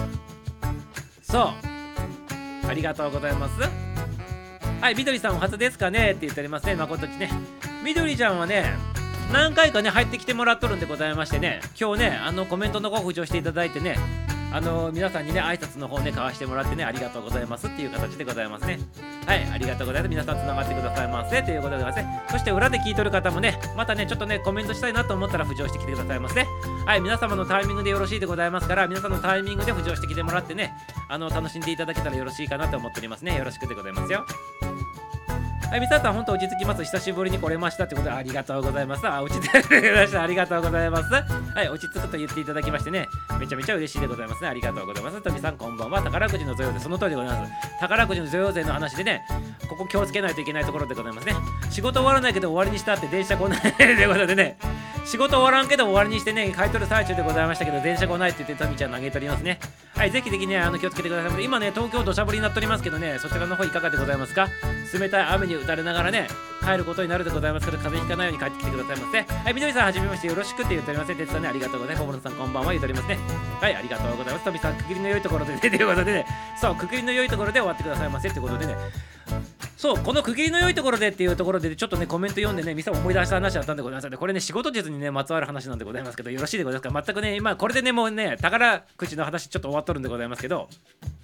S1: そうありがとうございます。はい、みどりさんお初ですかねって言っておりますね。まことちね、みどりちゃんはね何回かね入ってきてもらっとるんでございましてね、今日ねコメントの方浮上していただいてね、皆さんにね挨拶の方ね交わしてもらってね、ありがとうございますっていう形でございますね。はい、ありがとうございます。皆さんつながってくださいませということでございますね。そして裏で聞いとる方もね、またねちょっとねコメントしたいなと思ったら浮上してきてくださいませ。はい、皆様のタイミングでよろしいでございますから、皆さんのタイミングで浮上してきてもらってね、楽しんでいただけたらよろしいかなと思っておりますね。よろしくでございますよ。はい、みささん本当落ち着きます。久しぶりに来れましたってことでありがとうございます。落ち着いてくれました。ありがとうございます。はい、落ち着くと言っていただきましてね、めちゃめちゃ嬉しいでございますね。ありがとうございます。とみさんこんばんは。宝くじの贈与税、その通りでございます。宝くじの贈与税の話でね、ここ気をつけないといけないところでございますね。仕事終わらないけど終わりにしたって電車来ないということでね、仕事終わらんけど終わりにしてね買い取る最中でございましたけど、電車来ないって言ってとみちゃん投げておりますね。はい、ぜひぜひね気をつけてください。今ね東京土砂降りになっておりますけどね、そちらの方いかがでございますか。冷たい雨に打たれながらね帰ることになるでございますけど、風邪ひかないように帰ってきてくださいませ。はい、みどりさんはじめましてよろしくって言っておりますね。てつさんねありがとうございます。小室さんこんばんは言っておりますね。はい、ありがとうございます。とみさん区切りの良いところでねということでね、そう区切りの良いところで終わってくださいませってことでね、そうこの区切りの良いところでっていうところでちょっとねコメント読んでね、みさん思い出した話だったんでございますので、これね仕事術にねまつわる話なんでございますけど、よろしいでございますか。全くね今これでねもうね宝くじの話ちょっと終わっとるんでございますけど、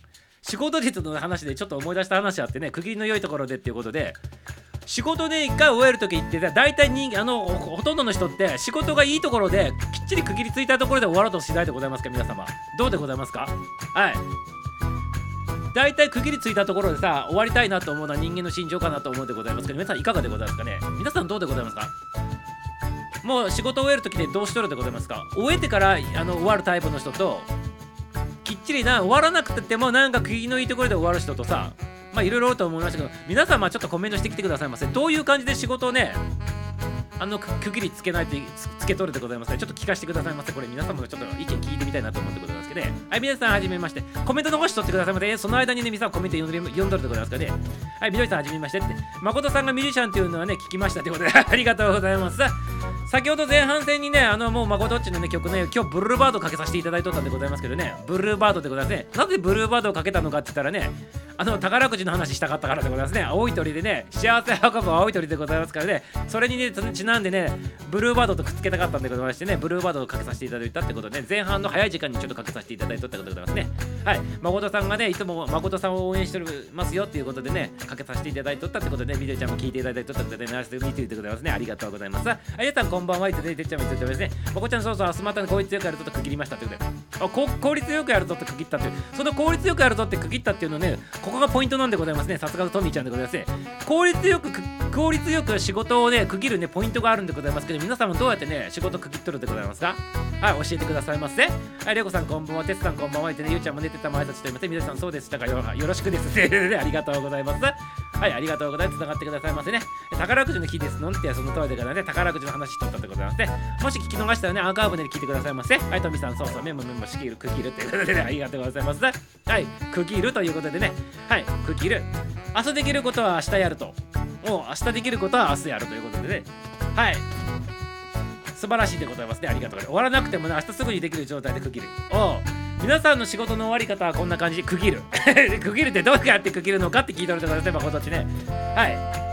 S1: 仕事術の話でちょっと思い出した話あってね、区切りの良いところでっていうことで、仕事で一回終えるときって大体ほとんどの人って仕事がいいところできっちり区切りついたところで終わろうとしないでございますか。皆様どうでございますか。はい、大体区切りついたところでさ終わりたいなと思うのは人間の心情かなと思うでございますけど、皆さんいかがでございますかね。皆さんどうでございますか。もう仕事を終えるときでどうしとるでございますか。終えてから終わるタイプの人と、きっちり終わらなくてもなんか区切りのいいところで終わる人とさ、まあいろいろあると思いましたけど、皆さんちょっとコメントしてきてくださいませ。どういう感じで仕事をね区切りつけないとつけとるでございますね。ちょっと聞かせてくださいませ。これ皆様のちょっと意見聞いてみたいなと思ってございますけどね。はい、皆さんはじめまして。コメント残しとってくださいませ。その間にね、皆さんコメント読んどるでございますからね。はい、みどりさんはじめましてって。誠さんがミュージシャンっていうのはね、聞きましたということでありがとうございます。先ほど前半戦にね、もう誠っちのね曲ね、今日ブルーバードかけさせていただいとったんでございますけどね、ブルーバードでございますね。なぜブルーバードをかけたのかって言ったらね、宝くじの話したかったからでございますね。青い鳥でね、幸せ運ぶ青い鳥でございますからね、それにねちなんでね、ブルーバードとくっつけたかったんでございましてね、ブルーバードをかけさせていただいたってことで、ね、前半の早い時間にちょっとかけさせていただいとったことでございますね。はい、誠さんがね、いつも誠さんを応援してますよっていうことでね、かけさせていただいとったってことでね、みどりちゃんも聞いていただいとったってことでね、見ていてございますね。ありがとうございます。皆さんこんばんは。てっちゃんも言っておりますね。まこちゃん、そうそう、明日また効率よくやるぞと区切りましたってことで、効率よくやるぞと区切ったっていう、その効率よくやるぞって区切ったっていうのね、ここがポイントなんでございますね。さすがのトミーちゃんでございますね。効率よく仕事をね区切るねポイントがあるんでございますけど、皆様どうやってね仕事区切っとるでございますか。はい、教えてくださいませ。はい、りょうこさんこんばんは。てつさんこんばんは。ゆうちゃんも寝てたも挨拶しております。みどりさんそうです。だからよろしくですね。ありがとうございます。はい、ありがとうございます。つながってくださいませね。宝くじの日ですのんってその通りでからね、宝くじの話しとったでございますね。もし聞き逃したらね、アーカイブで聞いてくださいませ。はい、トミさん、そうそう、メモ区切るっていうことでね、ありがとうございます。はい、区切るということでね、はい、区切る。明日できることは明日やると。もう明日できることは明日やるということでね、はい、素晴らしいでございますね。ありがとうございます。終わらなくてもね、明日すぐにできる状態で区切る。皆さんの仕事の終わり方はこんな感じで区切る。区切るってどうやって区切るのかって聞いておるところですね、こっちね。はい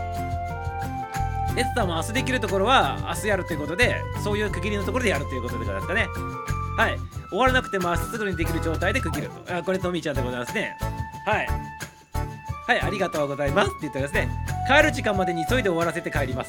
S1: 。エツさんも明日できるところは明日やるということで、そういう区切りのところでやるということでございますかね。はい。終わらなくても明日すぐにできる状態で区切ると。これトミーちゃんでございますね。はい。はい、ありがとうございますって言ってますね。帰る時間までに急いで終わらせて帰ります。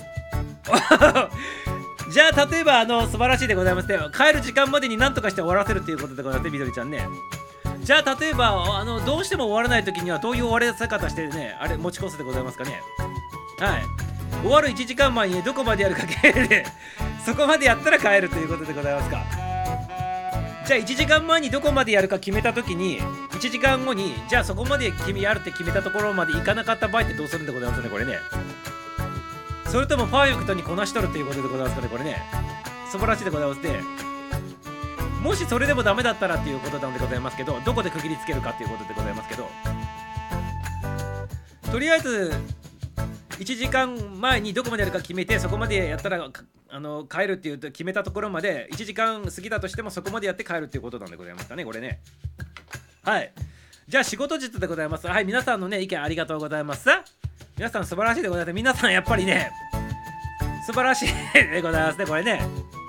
S1: じゃあ例えば素晴らしいでございますね。帰る時間までに何とかして終わらせるということでございますね、みどりちゃんね。じゃあ例えばどうしても終わらない時にはどういう終わらせ方してね、あれ持ち越すでございますかね。はい。終わる1時間前にどこまでやるか決めてそこまでやったら帰るということでございますか。じゃあ1時間前にどこまでやるか決めた時に1時間後にじゃあそこまでやるって決めたところまで行かなかった場合ってどうするんでございますね、これね。それともパーフェクトにこなしとるということでございますかね、これね。素晴らしいでございますね。もしそれでもダメだったらっていうことなんでございますけど、どこで区切りつけるかっていうことでございますけど、とりあえず1時間前にどこまでやるか決めて、そこまでやったら帰るっていうと決めたところまで1時間過ぎたとしてもそこまでやって帰るっていうことなんでございますかね、これね。はい。じゃあ仕事術でございます。はい、皆さんのね意見ありがとうございます。皆さん素晴らしいでございます。皆さんやっぱりね素晴らしいでございますね、これね。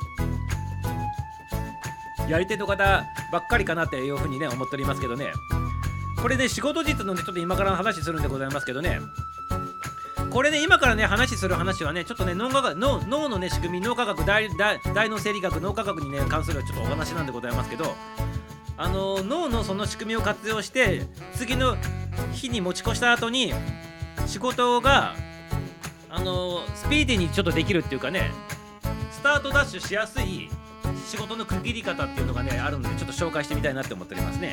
S1: やり手の方ばっかりかなっていうふうにね思っておりますけどね。これね仕事術のねちょっと今から話するんでございますけどね、これね今からね話する話はねちょっとね脳のね仕組み、脳科学、大脳生理学、脳科学にね関するちょっとお話なんでございますけど、脳のその仕組みを活用して次の日に持ち越した後に仕事がスピーディーにちょっとできるっていうかね、スタートダッシュしやすい仕事の区切り方っていうのがねあるので、ちょっと紹介してみたいなって思っておりますね。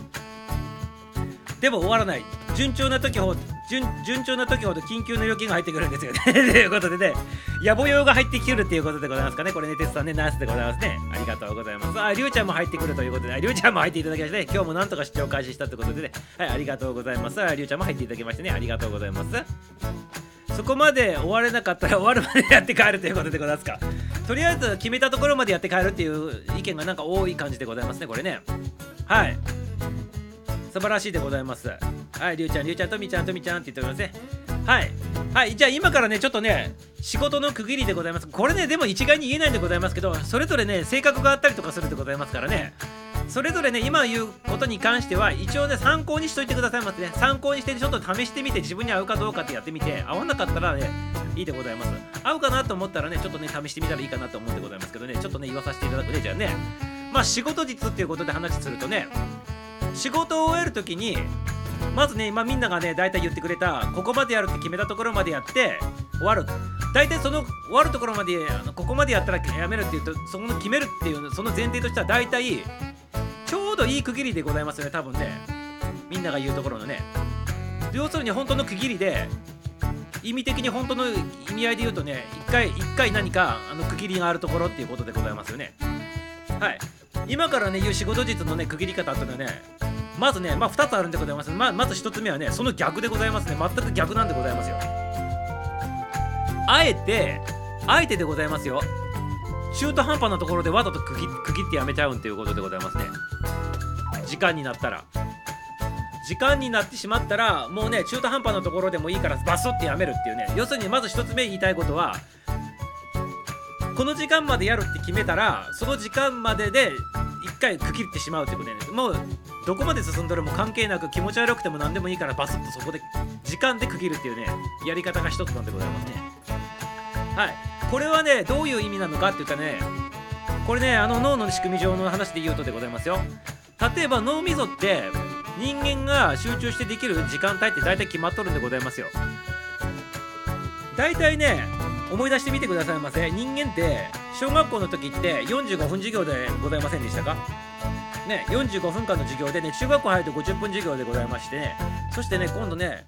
S1: でも終わらない。順調な時ほど緊急の料金が入ってくるんですよねということでね、野暮用が入ってきてるっていうことでございますかね。これね、テツさんね、ナイスでございますね。ありがとうございます。りゅうちゃんも入ってくるということで、りゅうちゃんも入っていただきましてね、今日もなんとか視聴開始したってことでね、はい、ありがとうございます。りゅうちゃんも入っていただきましてね、ありがとうございます。そこまで終われなかったら終わるまでやって帰るということでございますか。とりあえず決めたところまでやって帰るっていう意見がなんか多い感じでございますね、これね。はい、素晴らしいでございます。はい、りゅうちゃん、とみちゃんって言っておりますね。はい。はい、じゃあ今からね、ちょっとね、仕事の区切りでございます。これね、でも一概に言えないんでございますけど、それぞれね、性格があったりとかするでございますからね。そそれぞれね今言うことに関しては一応ね参考にしといてくださいませね。参考にしてちょっと試してみて自分に合うかどうかってやってみて、合わなかったらねいいでございます。合うかなと思ったらねちょっとね試してみたらいいかなと思うんでございますけどね、ちょっとね言わさせていただくね。じゃあね、まあ仕事術っていうことで話するとね、仕事を終えるときにまずね今みんながね大体言ってくれたここまでやるって決めたところまでやって終わる。大体その終わるところまでここまでやったらやめるっていうと、その決めるっていうその前提としては大体ちょうどいい区切りでございますよね、多分ね。みんなが言うところのね、要するに本当の区切りで、意味的に本当の意味合いで言うとね、一回何か区切りがあるところっていうことでございますよね。はい、今からね言う仕事術のね区切り方っていうのはね、まずね2つあるんでございます。まず1つ目はねその逆でございますね。全く逆なんでございますよ。あえてでございますよ。中途半端なところでわざと区切ってやめちゃうんっていうことでございますね。時間になってしまったらもうね中途半端なところでもいいからバスってやめるっていうね。要するにまず1つ目言いたいことは、この時間までやるって決めたらその時間までで1回区切ってしまうっていうことで、ね、もうどこまで進んどるも関係なく気持ち悪くても何でもいいからバスッとそこで時間で区切るっていうねやり方が一つなんでございますね。はい、これはねどういう意味なのかって言ったらね、これね脳の仕組み上の話で言うとでございますよ。例えば脳みそって人間が集中してできる時間帯って大体決まっとるんでございますよ。大体ね思い出してみてくださいませ。人間って小学校の時って45分授業でございませんでしたかね。45分間の授業でね、中学校入ると50分授業でございましてね、そしてね今度ね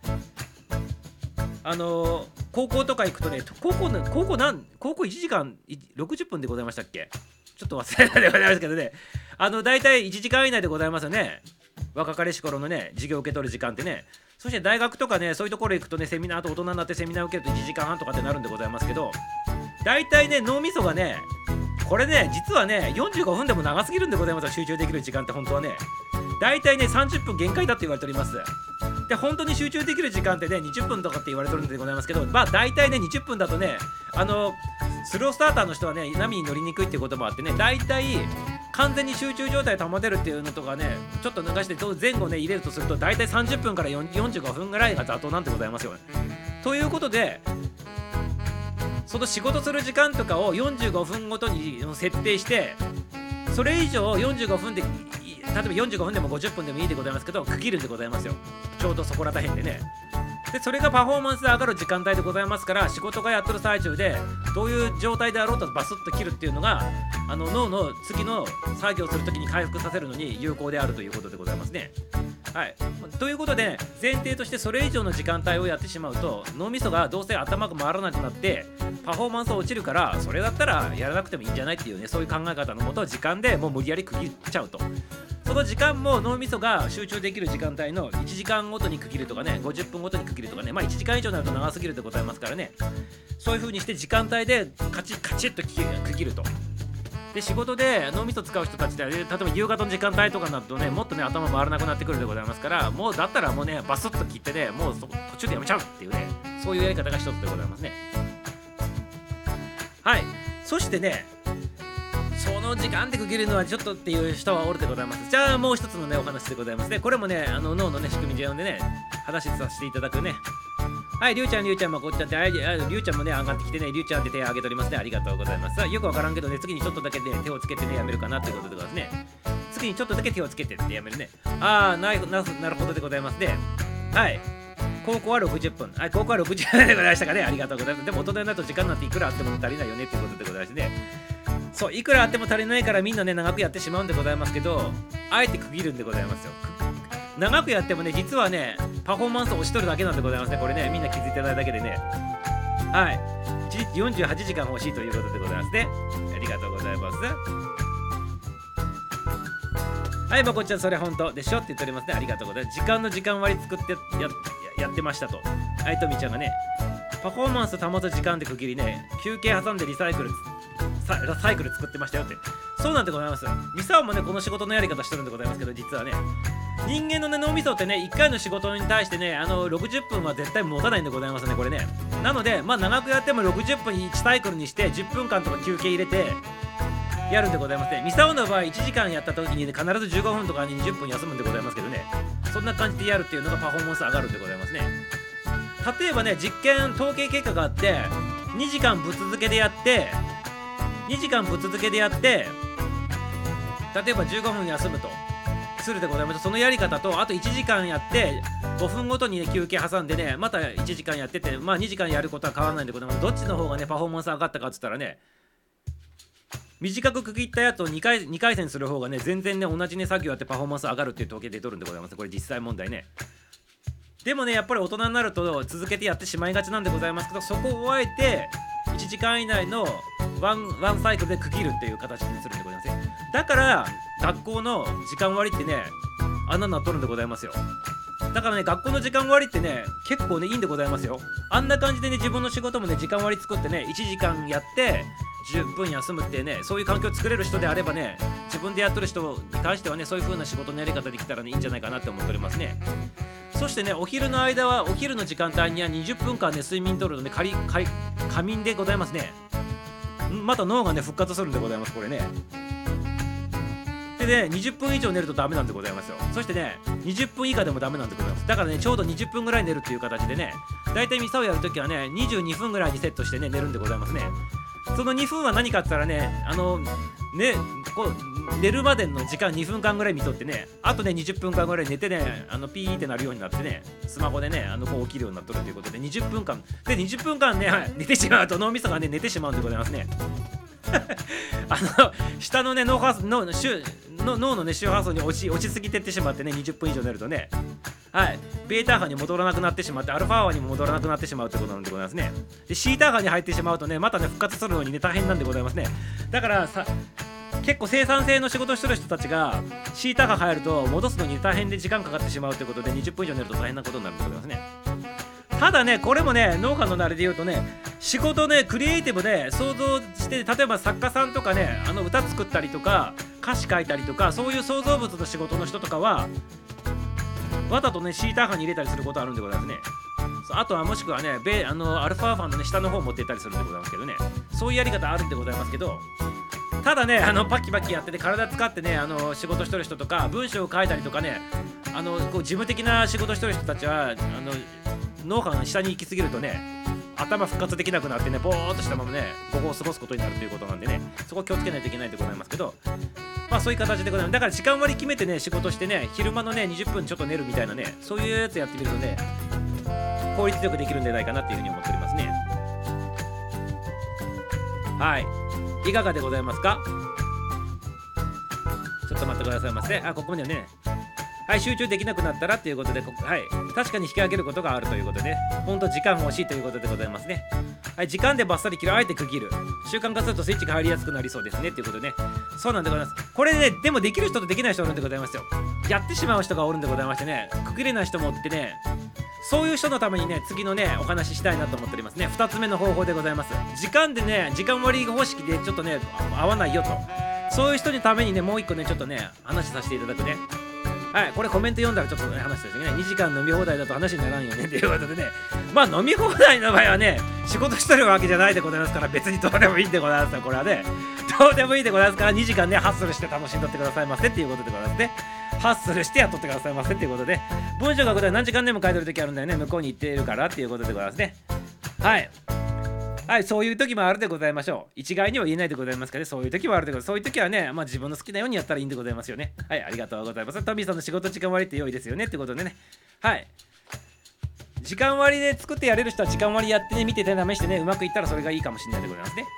S1: 高校とか行くとね、高校1時間60分でございましたっけ、ちょっと忘れたでございますけどね、大体1時間以内でございますよね。若かりし頃のね授業を受け取る時間ってね。そして大学とかねそういうところ行くとねセミナーと大人になってセミナーを受けると1時間半とかってなるんでございますけど、大体ね脳みそがねこれね実はね45分でも長すぎるんでございますよ。集中できる時間って本当はね大体ね30分限界だって言われております。で本当に集中できる時間ってね20分とかって言われてるんでございますけど、大体ね20分だとねスロースターターの人はね波に乗りにくいっていうこともあってね、大体完全に集中状態を保てるっていうのとかねちょっと抜かして前後ね入れるとすると大体30分から45分ぐらいが妥当なんでございますよね。ということでその仕事する時間とかを45分ごとに設定して、それ以上45分で例えば45分でも50分でもいいでございますけど区切るんでございますよ。ちょうどそこら辺でね。でそれがパフォーマンスで上がる時間帯でございますから、仕事がやってる最中でどういう状態であろうとバスッと切るっていうのが脳の次の作業するときに回復させるのに有効であるということでございますね。はい、ということで前提としてそれ以上の時間帯をやってしまうと脳みそがどうせ頭が回らなくなってパフォーマンス落ちるから、それだったらやらなくてもいいんじゃないっていうね、そういう考え方のもと時間でもう無理やり区切っちゃうと。その時間も脳みそが集中できる時間帯の1時間ごとに区切るとかね50分ごとに区切るとかね、1時間以上になると長すぎるでございますからね、そういう風にして時間帯でカチッと区切ると。で仕事で脳みそ使う人たちで、例えば夕方の時間帯とかになるとねもっとね頭回らなくなってくるでございますから、もうだったらもうねバスッと切ってねもう途中でやめちゃうっていうね、そういうやり方が一つでございますね。はい、そしてねその時間で区切るのはちょっとっていう人はおるでございます。じゃあもう一つのねお話でございますね。これもね脳のね仕組み上でね話させていただくね。はい、りゅうちゃんもこっちゃって、りゅうちゃんもね上がってきてね、りゅうちゃんって手を挙げておりますね。ありがとうございます。よくわからんけどね、次にちょっとだけね手をつけてねやめるかなということでございますね。次にちょっとだけ手をつけてってやめるね。なるほどでございますね。はい、高校は60分。はい、高校は60分でございましたかね。ありがとうございます。でも大人になると時間なんていくらあっても足りないよねっていうことでございますね。そう、いくらあっても足りないからみんなね長くやってしまうんでございますけど、あえて区切るんでございますよ。長くやってもね実はねパフォーマンス落ちとるだけなんでございますね。これねみんな気づいてないだけでね、はい1日48時間欲しいということでございますね。ありがとうございます。はい、まこっちゃんそれ本当でしょって言っておりますね。ありがとうございます。時間割作ってやってましたと。はい、とみちゃんがねパフォーマンス保つ時間で区切りね、休憩挟んでサイクル作ってましたよって。そうなんでございます。ミサオもねこの仕事のやり方してるんでございますけど、実はね人間のね脳みそってね1回の仕事に対してね60分は絶対持たないんでございますね、これね。なので長くやっても60分1サイクルにして10分間とか休憩入れてやるんでございますね。ミサオの場合1時間やった時にね必ず15分とかに20分休むんでございますけどね、そんな感じでやるっていうのがパフォーマンス上がるんでございますね。例えばね実験統計結果があって2時間ぶっ続けでやって例えば15分休むとするでございます。そのやり方とあと1時間やって5分ごとに、ね、休憩挟んでねまた1時間やってて2時間やることは変わらないんでございます。どっちの方がねパフォーマンス上がったかっつったらね、短く区切ったやつを2回戦する方がね全然ね同じね作業やってパフォーマンス上がるっていう統計で取るんでございます。これ実際問題ね。でもねやっぱり大人になると続けてやってしまいがちなんでございますけど、そこを終えて1時間以内のワンサイクルで区切るっていう形にするんでございます。だから学校の時間割ってねあんなのなっとるんでございますよ。だからね学校の時間割ってね結構ねいいんでございますよ。あんな感じでね自分の仕事もね時間割作ってね1時間やって10分休むってね、そういう環境を作れる人であればね自分でやっとる人に関してはねそういう風な仕事のやり方できたらねいいんじゃないかなって思っておりますね。そしてねお昼の間はお昼の時間帯には20分間ね睡眠とるので仮眠でございますね。また脳がね復活するんでございますこれね。でね20分以上寝るとダメなんでございますよ。そしてね20分以下でもダメなんでございます。だからねちょうど20分ぐらい寝るっていう形でね、だいたいミサをやるときはね22分ぐらいにセットしてね寝るんでございますね。その2分は何かって言ったらねこう寝るまでの時間2分間ぐらい見とってね、あとね20分間ぐらい寝てねピーってなるようになってねスマホでねこう起きるようになっとるということで20分間で20分間ね寝てしまうと脳みそがね寝てしまうんでございますね。下のね脳のね周波数に落ちすぎてってしまってね20分以上寝るとねベータ波に戻らなくなってしまってアルファ波にも戻らなくなってしまうということなんでございますね。でシータ波に入ってしまうとねまたね復活するのにね大変なんでございますね。だから結構生産性の仕事をしてる人たちがシータ波入ると戻すのに大変で時間かかってしまうということで20分以上寝ると大変なことになるんでございますね。ただねこれもね農家の慣れで言うとね仕事ねクリエイティブで想像して例えば作家さんとかね歌作ったりとか歌詞書いたりとかそういう創造物の仕事の人とかはわざとねシータ波に入れたりすることあるんでございますね。あとはもしくはねアルファ波のね下の方を持っていったりするんでございますけどね、そういうやり方あるんでございますけど、ただねパキパキやってて体使ってね仕事してる人とか文章を書いたりとかねこう事務的な仕事してる人たちは脳波が下に行き過ぎるとね頭復活できなくなってねボーっとしたままね午後を過ごすことになるということなんでね、そこを気をつけないといけないでございますけど、そういう形でございます。だから時間割り決めてね仕事してね昼間のね20分ちょっと寝るみたいなねそういうやつやってみるとね効率よくできるんじゃないかなっていうふうに思っておりますね。いかがでございますか。ちょっと待ってくださいませ。ここまでね集中できなくなったらということで確かに引き上げることがあるということで本当時間が欲しいということでございますね。時間でバッサリ切る、あえて区切る、習慣化するとスイッチが入りやすくなりそうですねということで、そうなんでございます。これねでもできる人とできない人がいるんでございますよ。やってしまう人がおるんでございましてね、区切れない人もってね、そういう人のためにね次のねお話ししたいなと思っておりますね。2つ目の方法でございます。時間でね時間割り方式でちょっとね合わないよと、そういう人のためにねもう一個ねちょっとね話させていただくね。これコメント読んだらちょっとね話してですね、2時間飲み放題だと話にならんよねっていうことでね、飲み放題の場合はね仕事してるわけじゃないでございますから、別にどうでもいいんでございますよ。これはねどうでもいいでございますから2時間ねハッスルして楽しんどってくださいませっていうことでございますね。ハッスルしてやっとってくださいませっていうことで、文章書くと何時間でも書いてる時あるんだよね、向こうに行っているからっていうことでございますね。そういう時もあるでございましょう。一概には言えないでございますからね、そういう時もあるでございます。そういう時はね自分の好きなようにやったらいいんでございますよね。ありがとうございます。トミーさんの仕事時間割って良いですよねってことでね、時間割で作ってやれる人は時間割やってね見てて試してねうまくいったらそれがいいかもしれないでございますね。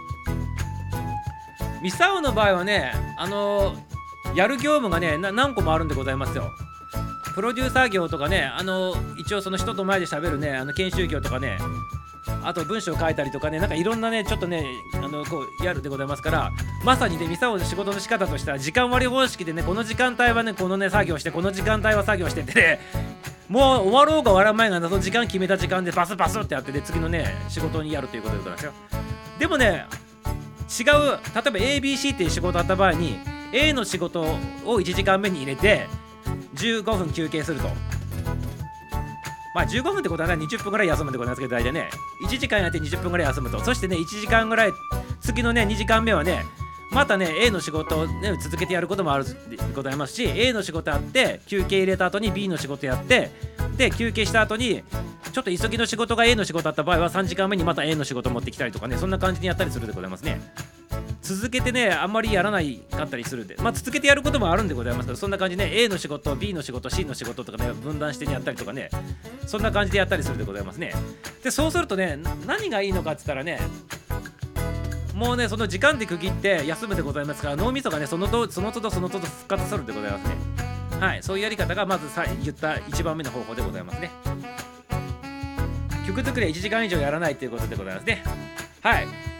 S1: ミサオの場合はねやる業務がね何個もあるんでございますよ。プロデューサー業とかね一応その人と前で喋るね研修業とかね、あと文章を書いたりとかね、なんかいろんなねちょっとねこうやるでございますから、まさにねミサオの仕事の仕方としては時間割り方式でね、この時間帯はねこのね作業して、この時間帯は作業してってね、もう終わろうが終わらん前がその時間決めた時間でバスバスってやってね次のね仕事にやるということでございますよ。でもね違う、例えば ABC っていう仕事あった場合に A の仕事を1時間目に入れて15分休憩すると、15分ってことはね20分ぐらい休むってことなんですけど、大体ね1時間やって20分ぐらい休むと、そしてね1時間ぐらい次のね2時間目はねまたね A の仕事を、ね、続けてやることもあるでございますし、 A の仕事あって休憩入れた後に B の仕事やって、で休憩した後にちょっと急ぎの仕事が A の仕事だった場合は3時間目にまた A の仕事持ってきたりとかね、そんな感じにやったりするでございますね。続けてねあんまりやらないかったりするんで、まあ続けてやることもあるんでございますけど、そんな感じでね A の仕事 B の仕事 C の仕事とかね分断してやったりとかね、そんな感じでやったりするでございますね。でそうするとね何がいいのかって言ったらね、もうねその時間で区切って休むでございますから、脳みそがねその都度復活するでございますね。はい、そういうやり方がまず言った1番目の方法でございますね。曲作りは1時間以上やらないということでございますね。はい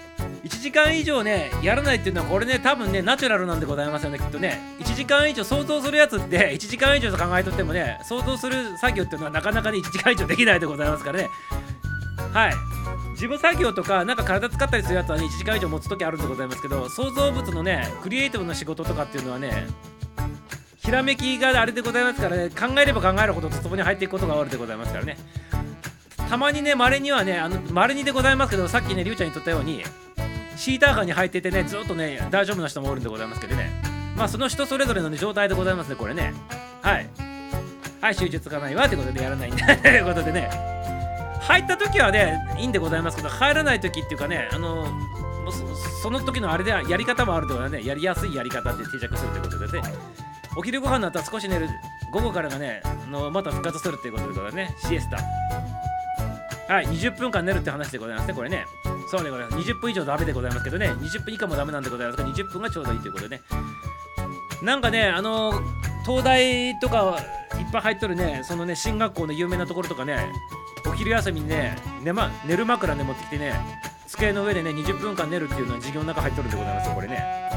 S1: 、1時間以上ねやらないっていうのはこれね多分ねナチュラルなんでございますよね、きっとね。1時間以上想像するやつって1時間以上と考えとってもね、想像する作業っていうのはなかなかね1時間以上できないでございますからね。はい、事務作業とかなんか体使ったりするやつはね1時間以上持つ時あるんでございますけど、創造物のねクリエイティブな仕事とかっていうのはねひらめきがあれでございますからね、考えれば考えるほどそこに入っていくことがあるでございますからね。たまにね稀にはね稀にでございますけど、さっきねりゅうちゃんに言ったようにシーターカーに入っててねずっとね大丈夫な人もおるんでございますけどね、まあその人それぞれの、ね、状態でございますねこれね。はい集中つかないわってことでやらないんだということでね、入った時はねいいんでございますけど、入らない時っていうかねもうその時のあれではやり方もあるではね、やりやすいやり方で定着するということでね、お昼ご飯になったら少し寝る、午後からがねまた復活するっていうことでございますね。シエスタ、はい、20分間寝るって話でございますねこれね。そうでございます。20分以上ダメでございますけどね、20分以下もダメなんでございますが、20分がちょうどいいということでね。なんかね東大とかいっぱい入っとるね、そのね進学校の有名なところとかね、お昼休みにね寝る枕ね持ってきてね、机の上でね20分間寝るっていうのは授業の中入っとるんでございますよこれね。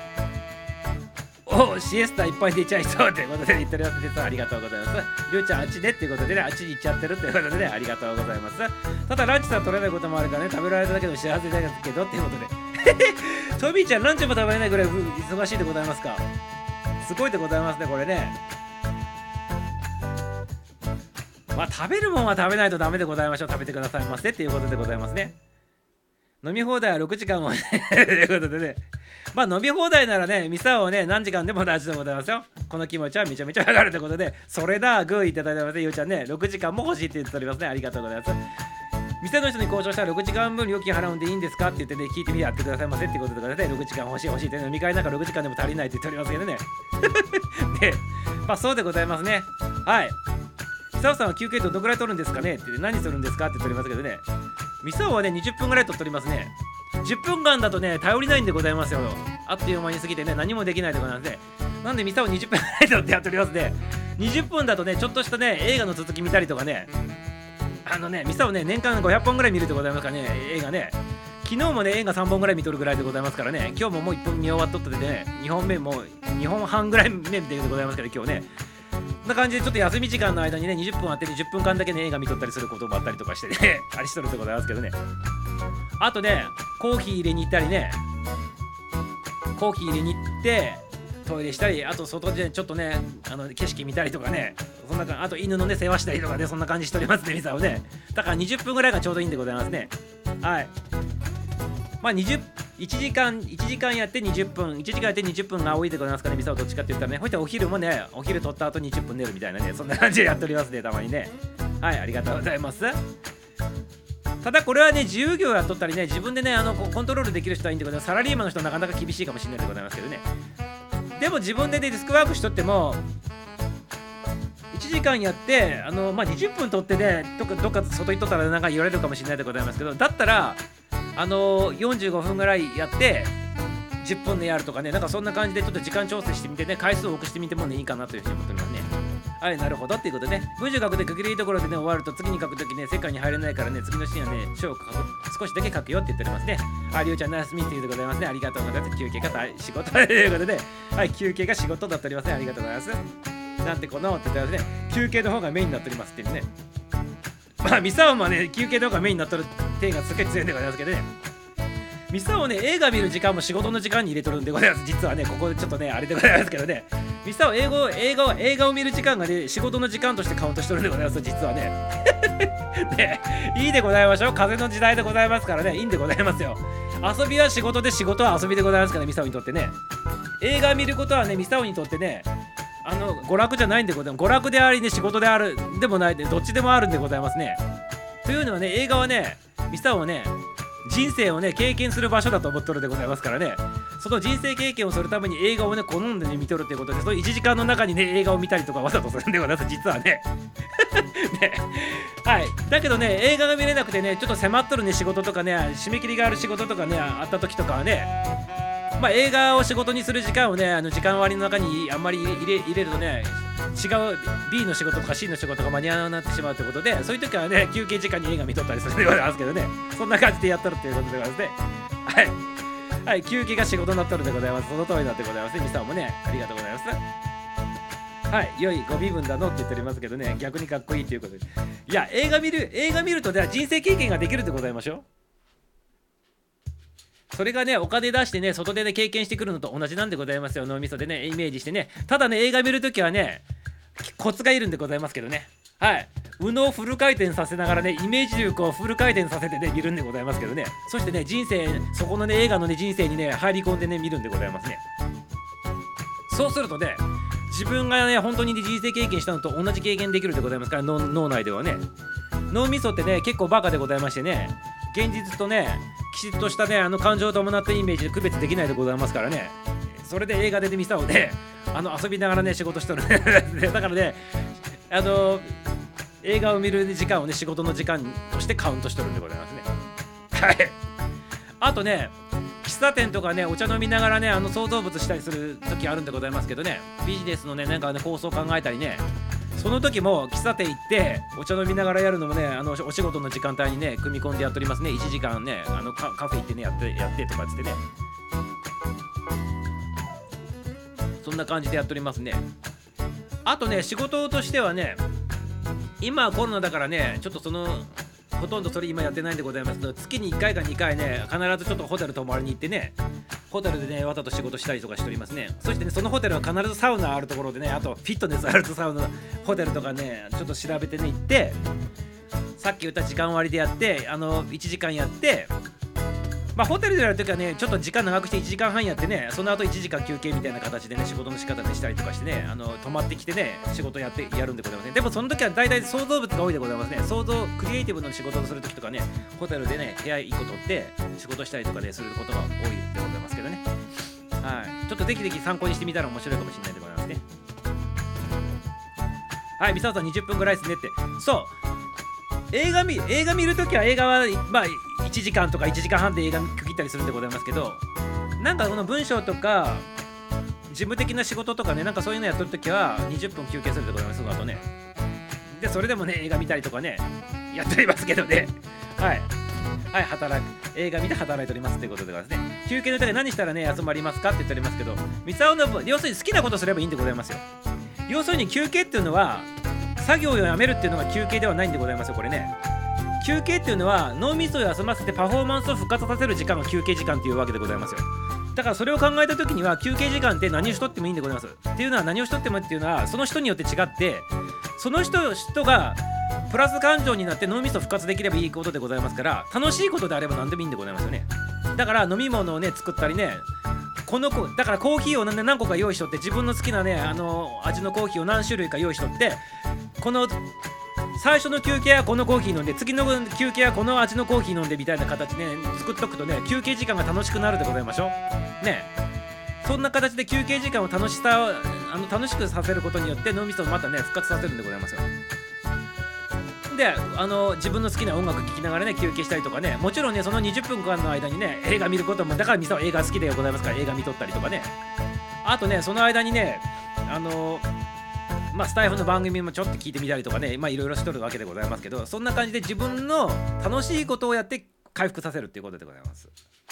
S1: シエスタいっぱい出ちゃいそうということで言ってるやつです。ありがとうございます。りゅうちゃんあっちでっていうことでね、あっちに行っちゃってるっていうことでね、ありがとうございます。ただランチさん取れないこともあるからね、食べられただけでも幸せだけどっていうことでトビーちゃんランチも食べれないぐらい忙しいでございますか。すごいでございますねこれね。まあ食べるもんは食べないとダメでございましょう。食べてくださいませっていうことでございますね。飲み放題は6時間もねということでね、まあ飲み放題ならねミサをね何時間でも大丈夫でございますよ。この気持ちはめちゃめちゃわかるということで、それだグーいただいてますね。ゆうちゃんね6時間も欲しいって言っておりますね。ありがとうございます。店の人に交渉したら6時間分料金払うんでいいんですかって言ってね、聞いてみてやってくださいませっていうことでね、6時間欲しいって、ね、飲み会なんか6時間でも足りないって言っておりますけどねで、まあそうでございますね。はい、ミサオさんは休憩どのぐらい取るんですかねって、何するんですかって言っておりますけどね、ミサオはね20分ぐらい取っておりますね。10分間だとね頼りないんでございますよ。あっという間に過ぎてね何もできないとかなんで、なんでミサオ20分ぐらい取ってやっておりますね。20分だとねちょっとしたね映画の続き見たりとかね、ミサオね年間500本ぐらい見るでございますからね、映画ね。昨日もね映画3本ぐらい見とるぐらいでございますからね、今日ももう1本見終わっとってね、2本目もう2本半ぐらい目でございますから今日ね。こんな感じでちょっと休み時間の間にね20分あってね10分間だけね映画見とったりすることもあったりとかしてねありしとるでございますけどね。あとねコーヒー入れに行ったりね、コーヒー入れに行ってトイレしたり、あと外でちょっとね景色見たりとかね、そんな感じ、あと犬のね世話したりとかね、そんな感じしておりますねミサをね。だから20分ぐらいがちょうどいいんでございますね。はい、まあ1時間やって20分、1時間やって20分が多いでございますからね、ミサをどっちかって言ったらね、ほいでお昼もねお昼取った後20分寝るみたいなね、そんな感じでやっておりますねたまにね。はい、ありがとうございます。ただこれはね自由業やっとったりね、自分でねコントロールできる人はいいんでございます。サラリーマンの人はなかなか厳しいかもしれないでございますけどね。でも自分でねデスクワークしとっても1時間やってまあ20分取ってねどっか外行っとったらなんか言われるかもしれないでございますけど、だったら45分ぐらいやって10分でやるとかね、なんかそんな感じでちょっと時間調整してみてね、回数を多くしてみてもねいいかなというふうに思っておりますね。はい、なるほどっていうことでね、文章書くで区切りいいところでね終わると次に書くときね世界に入れないからね、次のシーンはね書を少しだけ書くよって言っておりますね。はい、りゅうちゃんナイスミーティングでございますね。ありがとうございます。休憩が仕事ということで、はい、休憩が仕事だっておりますね。ありがとうございます。なんてこのって言ってますね、休憩の方がメインになっておりますっていうね。まあミサオもね休憩の方がメインになっとる点がすげえ強いんでございますけどね。ミサオね映画見る時間も仕事の時間に入れとるんでございます。実はねここでちょっとねあれでございますけどね、ミサオ映画を見る時間がね仕事の時間としてカウントしてるんでございます。実はねね、いいでございましょう。風の時代でございますからね、いいんでございますよ。 遊びは仕事で、仕事は遊びでございますからね、ミサオにとってね。映画見ることはね、ミサオにとってね、娯楽じゃないんでございます。娯楽でありね、仕事であるでもないで、どっちでもあるんでございますね。というのはね、映画はね、ミサオはね、人生をね経験する場所だと思っとるでございますからね。その人生経験をするために映画をね好んでね見とるっていうことで、その1時間の中にね映画を見たりとかわざとするんでございます、実はね。ね、はい。だけどね、映画が見れなくてね、ちょっと迫っとるね仕事とかね、締め切りがある仕事とかねあった時とかはね、まあ映画を仕事にする時間をね、時間割の中にあんまり入れるとね、違う B の仕事とか C の仕事が間に合わなくなってしまうということで、そういう時はね休憩時間に映画見とったりするんでございますけどね、そんな感じでやっとるっていうことでございますね。はいはい、休憩が仕事になっとるでございます。その通りだってございますね。ミサオもね、ありがとうございます。はい、良いご身分だのって言っておりますけどね、逆にかっこいいということで、いや映画見るとでは人生経験ができるでございましょう。それがね、お金出してね、外でね経験してくるのと同じなんでございますよ。脳みそでねイメージしてね。ただね、映画見るときはねコツがいるんでございますけどね。はい、右脳をフル回転させながらね、イメージ力をフル回転させてね見るんでございますけどね。そしてね、人生、そこのね映画のね人生にね入り込んでね見るんでございますね。そうするとね、自分がね本当に、ね、人生経験したのと同じ経験できるでございますから、脳内ではね。脳みそってね結構バカでございましてね、現実とねきちっとしたね感情を伴ったイメージで区別できないでございますからね。それで映画でミサオで遊びながらね仕事しとるだからね、映画を見る時間をね仕事の時間としてカウントしとるんでございますね。はい。あとね、喫茶店とかねお茶飲みながらね創造物したりする時あるんでございますけどね、ビジネスのねなんかね構想を考えたりね、その時も喫茶店行ってお茶飲みながらやるのもねお仕事の時間帯にね組み込んでやっておりますね。1時間ねカフェ行ってねやってとかつってね、そんな感じでやっておりますね。あとね、仕事としてはね、今はコロナだからねちょっとほとんどそれ今やってないんでございますけど、月に1回か2回ね必ずちょっとホテル泊まりに行ってね、ホテルでねわざと仕事したりとかしておりますね。そしてね、そのホテルは必ずサウナあるところでね、あとフィットネスあるとサウナホテルとかねちょっと調べてね行って、さっき言った時間割でやって1時間やって、まあホテルでやるときはねちょっと時間長くして1時間半やってね、その後1時間休憩みたいな形でね仕事の仕方でしたりとかしてね、泊まってきてね仕事やるんでございますね。でもその時は大体創造物が多いでございますね。クリエイティブの仕事をするときとかね、ホテルでね部屋1個取って仕事したりとかねすることが多いでございますけどね。はい、ちょっとぜひ参考にしてみたら面白いかもしれないでございますね。はい、ミサオさん20分ぐらいですねって。そう、映画見るときは映画はまあ1時間とか1時間半で映画区切ったりするんでございますけど、なんかこの文章とか事務的な仕事とかね、なんかそういうのやっとるときは20分休憩するでございます。その後ね、でそれでもね映画見たりとかねやっておりますけどね。はいはい、映画見て働いておりますということでございますね。休憩の時は何したらね集まりますかって言っておりますけど、ミサオの要するに好きなことすればいいんでございますよ。要するに休憩っていうのは作業をやめるっていうのが休憩ではないんでございますよ。これね、休憩っていうのは脳みそを休ませてパフォーマンスを復活させる時間が休憩時間っていうわけでございますよ。だからそれを考えた時には休憩時間って何をしとってもいいんでございます。っていうのは何をしとってもっていうのはその人によって違って、その人がプラス感情になって脳みそ復活できればいいことでございますから、楽しいことであれば何でもいいんでございますよね。だから飲み物をね作ったりね、だからコーヒーを何個か用意しとって、自分の好きなね味のコーヒーを何種類か用意しとって、この最初の休憩はこのコーヒー飲んで、次の休憩はこの味のコーヒー飲んでみたいな形で、ね、作っとくとね休憩時間が楽しくなるでございましょうね。そんな形で休憩時間を楽しくさせることによって脳みそをまたね復活させるんでございますよ。で自分の好きな音楽聴きながらね休憩したりとかね、もちろんねその20分間の間にね映画見ることも、だからミサは映画好きでございますから映画見とったりとかね、あとねその間にねスタイフの番組もちょっと聞いてみたりとかね、いろいろしとるわけでございますけど、そんな感じで自分の楽しいことをやって回復させるっていうことでございます。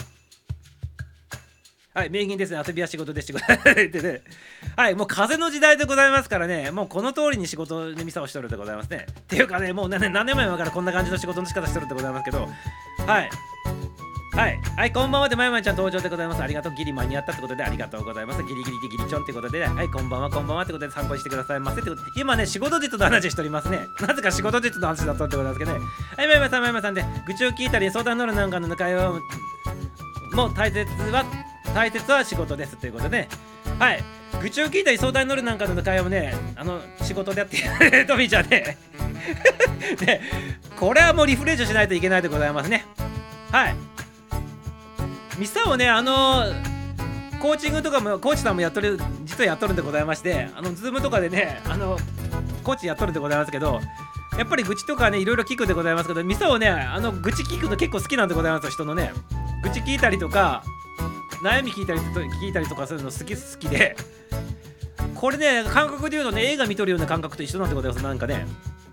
S1: はい、名言ですね。遊びは仕事でしてくださいってね。はい、もう風の時代でございますからね、もうこの通りに仕事にミサをしとるでございますね。っていうかね、もう何年前からこんな感じの仕事の仕方しとるでございますけど、はいはい、こんばんはでまゆまゆちゃん登場でございます。ありがとう。ギリ間に合ったってことでありがとうございます。ギリギリでギリチョンってことで、はい、こんばんはってことで参考にしてくださいませってことで、今ね仕事術の話しておりますね。なぜか仕事術の話だったってことなんですけどね。はい、まゆまゆさんで愚痴を聞いたり相談乗るなんかの会話をもう大切は仕事ですということで、ね、はい、愚痴を聞いたり相談に乗るなんかの会話もね、仕事でやってるトミーちゃんねで、これはもうリフレッシュしないといけないでございますね。はい、ミサをね、コーチングとかもコーチさんも実はやっとるんでございまして、ズームとかでね、コーチやっとるんでございますけど、やっぱり愚痴とかね、いろいろ聞くでございますけど、ミサをね、愚痴聞くの結構好きなんでございますよ。人のね、愚痴聞いたりとか悩み聞いたりとかするの好きで、これね、感覚で言うとね、映画見とるような感覚と一緒なんでございます。なんかね、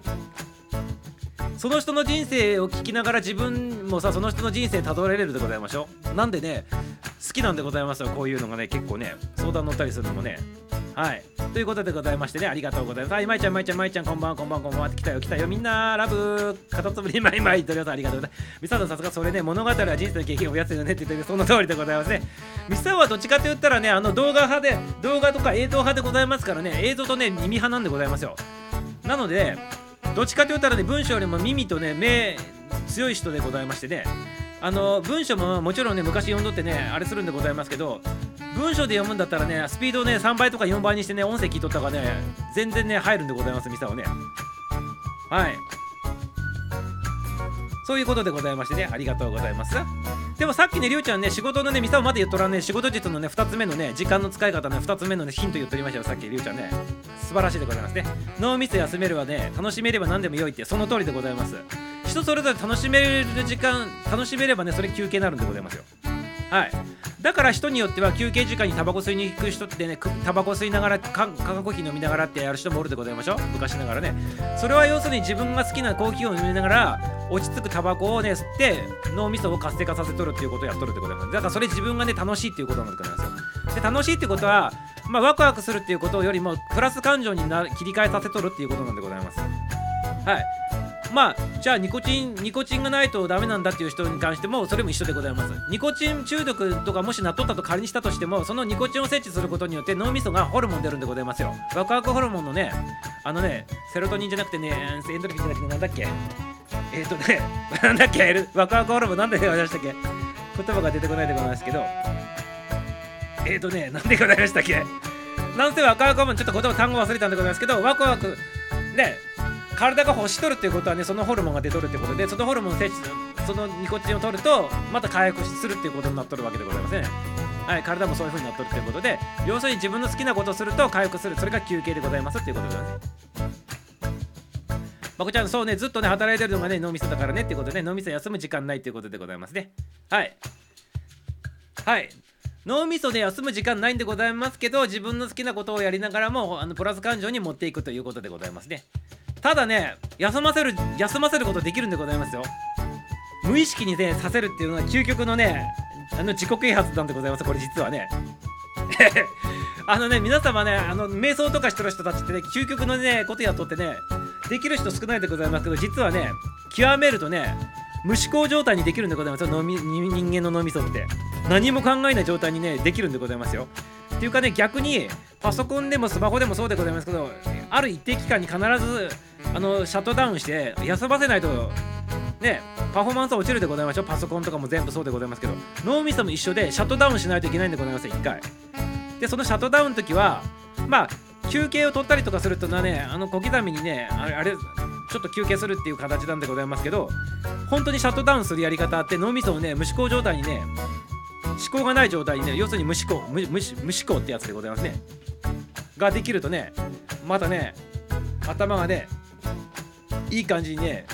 S1: その人の人生を聞きながら自分もさ、その人の人生たどれるでございましょう。なんでね、好きなんでございますよ。こういうのがね、結構ね、相談乗ったりするのもね。はい、ということでございましてね、ありがとうございます。はい、まいちゃん、こんばんはって来たよ、みんな、ラブ、カタツムリマイマイ、とりあえずありがとうございます。ミサさん、さすがそれね、物語は人生の経験を増やすよねって言って、その通りでございますね。ミサはどっちかって言ったらね、動画とか映像派でございますからね、映像とね、耳派なんでございますよ。なので、どっちかって言ったらね、文章よりも耳とね、目強い人でございましてね、文章ももちろんね、昔読んどってね、あれするんでございますけど、文章で読むんだったらね、スピードをね、3倍とか4倍にしてね、音声聞いとったがね、全然ね、入るんでございます、ミサはね。はい。そういうことでございましてね、ありがとうございます。でもさっきね、りゅうちゃんね、仕事のね、ミサをまだ言っとらんね、仕事術のね、2つ目のね、時間の使い方の2つ目のね、ヒント言っとりましたよ、さっきりゅうちゃんね。素晴らしいでございますね。脳みそ休めるはね、楽しめれば何でも良いって、その通りでございます。人それぞれ楽しめる時間、楽しめればね、それ休憩になるんでございますよ。はい。だから人によっては休憩時間にタバコ吸いに行く人ってね、タバコ吸いながら化学コーヒー飲みながらってやる人もおるでございましょう。昔ながらね。それは要するに自分が好きなコーヒーを飲みながら落ち着くタバコをね吸って脳みそを活性化させとるっていうことをやっとるってことなんです。だからそれ自分がね楽しいっていうことなんですよ。で、楽しいってことは、まあ、ワクワクするっていうことよりもプラス感情に切り替えさせとるっていうことなんでございます。はい。まあ、じゃあニコチンがないとダメなんだっていう人に関してもそれも一緒でございます。ニコチン中毒とかもしなっとったと仮にしたとしても、そのニコチンを設置することによって脳みそがホルモン出るんでございますよ。ワクワクホルモンのね、セロトニンじゃなくてね、エンドルフィンじゃなくてなんだっけ、なんだっけ、ワクワクホルモンなんで話したっけ、言葉が出てこないでございますけど、なんでございましたっけ、なんせワクワクホルモン、ちょっと言葉単語忘れたんでございますけど、ワクワクね、体が欲しとるっていうことはね、そのホルモンが出とるってことで、そのホルモンをそのニコチンを取るとまた回復するっていうことになっとるわけでございますね。はい、体もそういう風になっとるっていうことで、要するに自分の好きなことをすると回復する、それが休憩でございますっていうことだね。まこちゃん、そうね、ずっとね働いてるのがね脳みそだからねっていうことで、ね、脳みそ休む時間ないっていうことでございますね。はいはい、脳みそで休む時間ないんでございますけど、自分の好きなことをやりながらもプラス感情に持っていくということでございますね。ただね、休ませることできるんでございますよ。無意識にねさせるっていうのは究極のね自己啓発なんでございます。これ実はね皆様ね、瞑想とかしてる人たちってね、究極のねことやっとってね、できる人少ないでございますけど、実はね極めるとね無思考状態にできるんでございますよ。人間の脳みそって何も考えない状態にねできるんでございますよ。っていうかね、逆にパソコンでもスマホでもそうでございますけど、ある一定期間に必ずシャットダウンして休ませないとねパフォーマンスは落ちるでございましょう。パソコンとかも全部そうでございますけど、脳みそも一緒でシャットダウンしないといけないんでございますよ、一回。で、そのシャットダウンの時はまあ休憩を取ったりとかするとね、小刻みにねあれちょっと休憩するっていう形なんでございますけど、本当にシャットダウンするやり方って脳みそをね無思考状態にね、思考がない状態にね、要するに無思考ってやつでございますねができるとね、またね頭がねいい感じにね、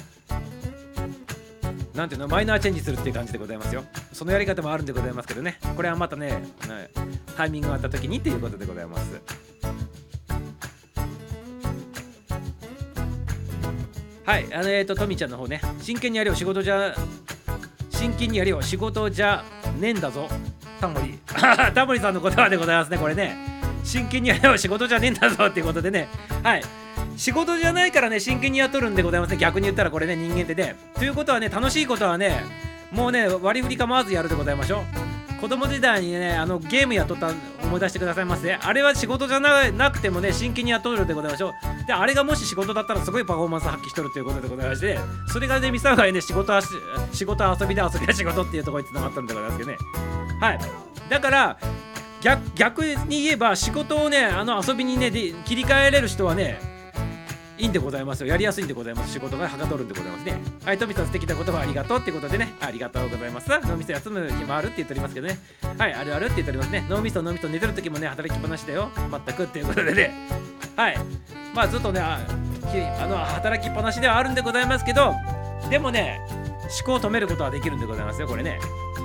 S1: なんていうの、マイナーチェンジするっていう感じでございますよ。そのやり方もあるんでございますけどね、これはまたねタイミングがあった時にっていうことでございます。はい、トミちゃんの方ね、真剣にやれよ仕事じゃねえんだぞタモリタモリさんの言葉でございますね。これね、真剣にやれよ仕事じゃねえんだぞっていうことでね、はい、仕事じゃないからね真剣にやっとるんでございますね。逆に言ったらこれね、人間ってね、ということはね、楽しいことはねもうね割り振り構わずやるでございましょう。子供時代にねゲームやっとった思い出してくださいませ。あれは仕事じゃなくてもね真剣にやっとるでございましょう。であれがもし仕事だったらすごいパフォーマンス発揮しとるということでございまして、それがねミサオがね仕事は遊びで遊びは仕事っていうところにつながったんでございますけどね。はい、だから逆に言えば仕事をね遊びにね切り替えれる人はねいいんでございますよ。やりやすいんでございます。仕事がはかどるんでございますね。はい、トミさん素敵な言葉ありがとうってことでね、ありがとうございます。脳みそ休む日もあるって言っておりますけどね。はい、あるあるって言っておりますね。脳みそ寝てる時もね働きっぱなしだよ全くっていうことでね。はい、まあずっとね働きっぱなしではあるんでございますけど、でもね思考を止めることはできるんでございますよこれね。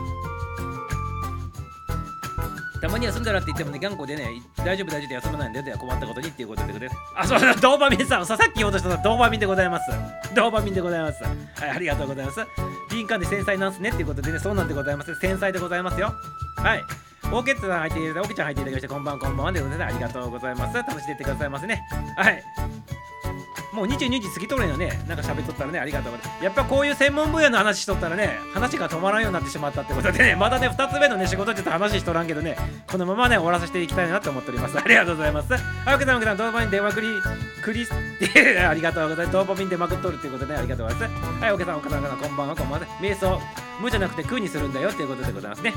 S1: たまに休んだらって言ってもね、頑固でね、大丈夫休まないんだよ、では困ったことにっていうことでございます。あ、そうだ、ドーパミンさん、さっき言おうとしたのはドーパミンでございます。ドーパミンでございます。はい、ありがとうございます。敏感で繊細なんすねっていうことでね、そうなんでございます。繊細でございますよ。はい。オーケットさん入っていただいて、オーケちゃん入っていただきまして、こんばんはでございます。ありがとうございます。楽しんでいってくださいませね。はい。もう22時過ぎとるんよね。なんか喋っとったらね、ありがとうございます。やっぱこういう専門分野の話しとったらね、話が止まらんようになってしまったってことでね、まだね、2つ目のね、仕事ちょっと話しとらんけどね、このままね、終わらせていきたいなと思っております。ありがとうございます。はい、オケさん、ドーパミン電話クリスってありがとうございます。ドーパミンでまくっとるっていうことで、ね、ありがとうございます。はい、オケさん、こんばんは、こんばんは。瞑想、無じゃなくて空にするんだよっていうことでございますね。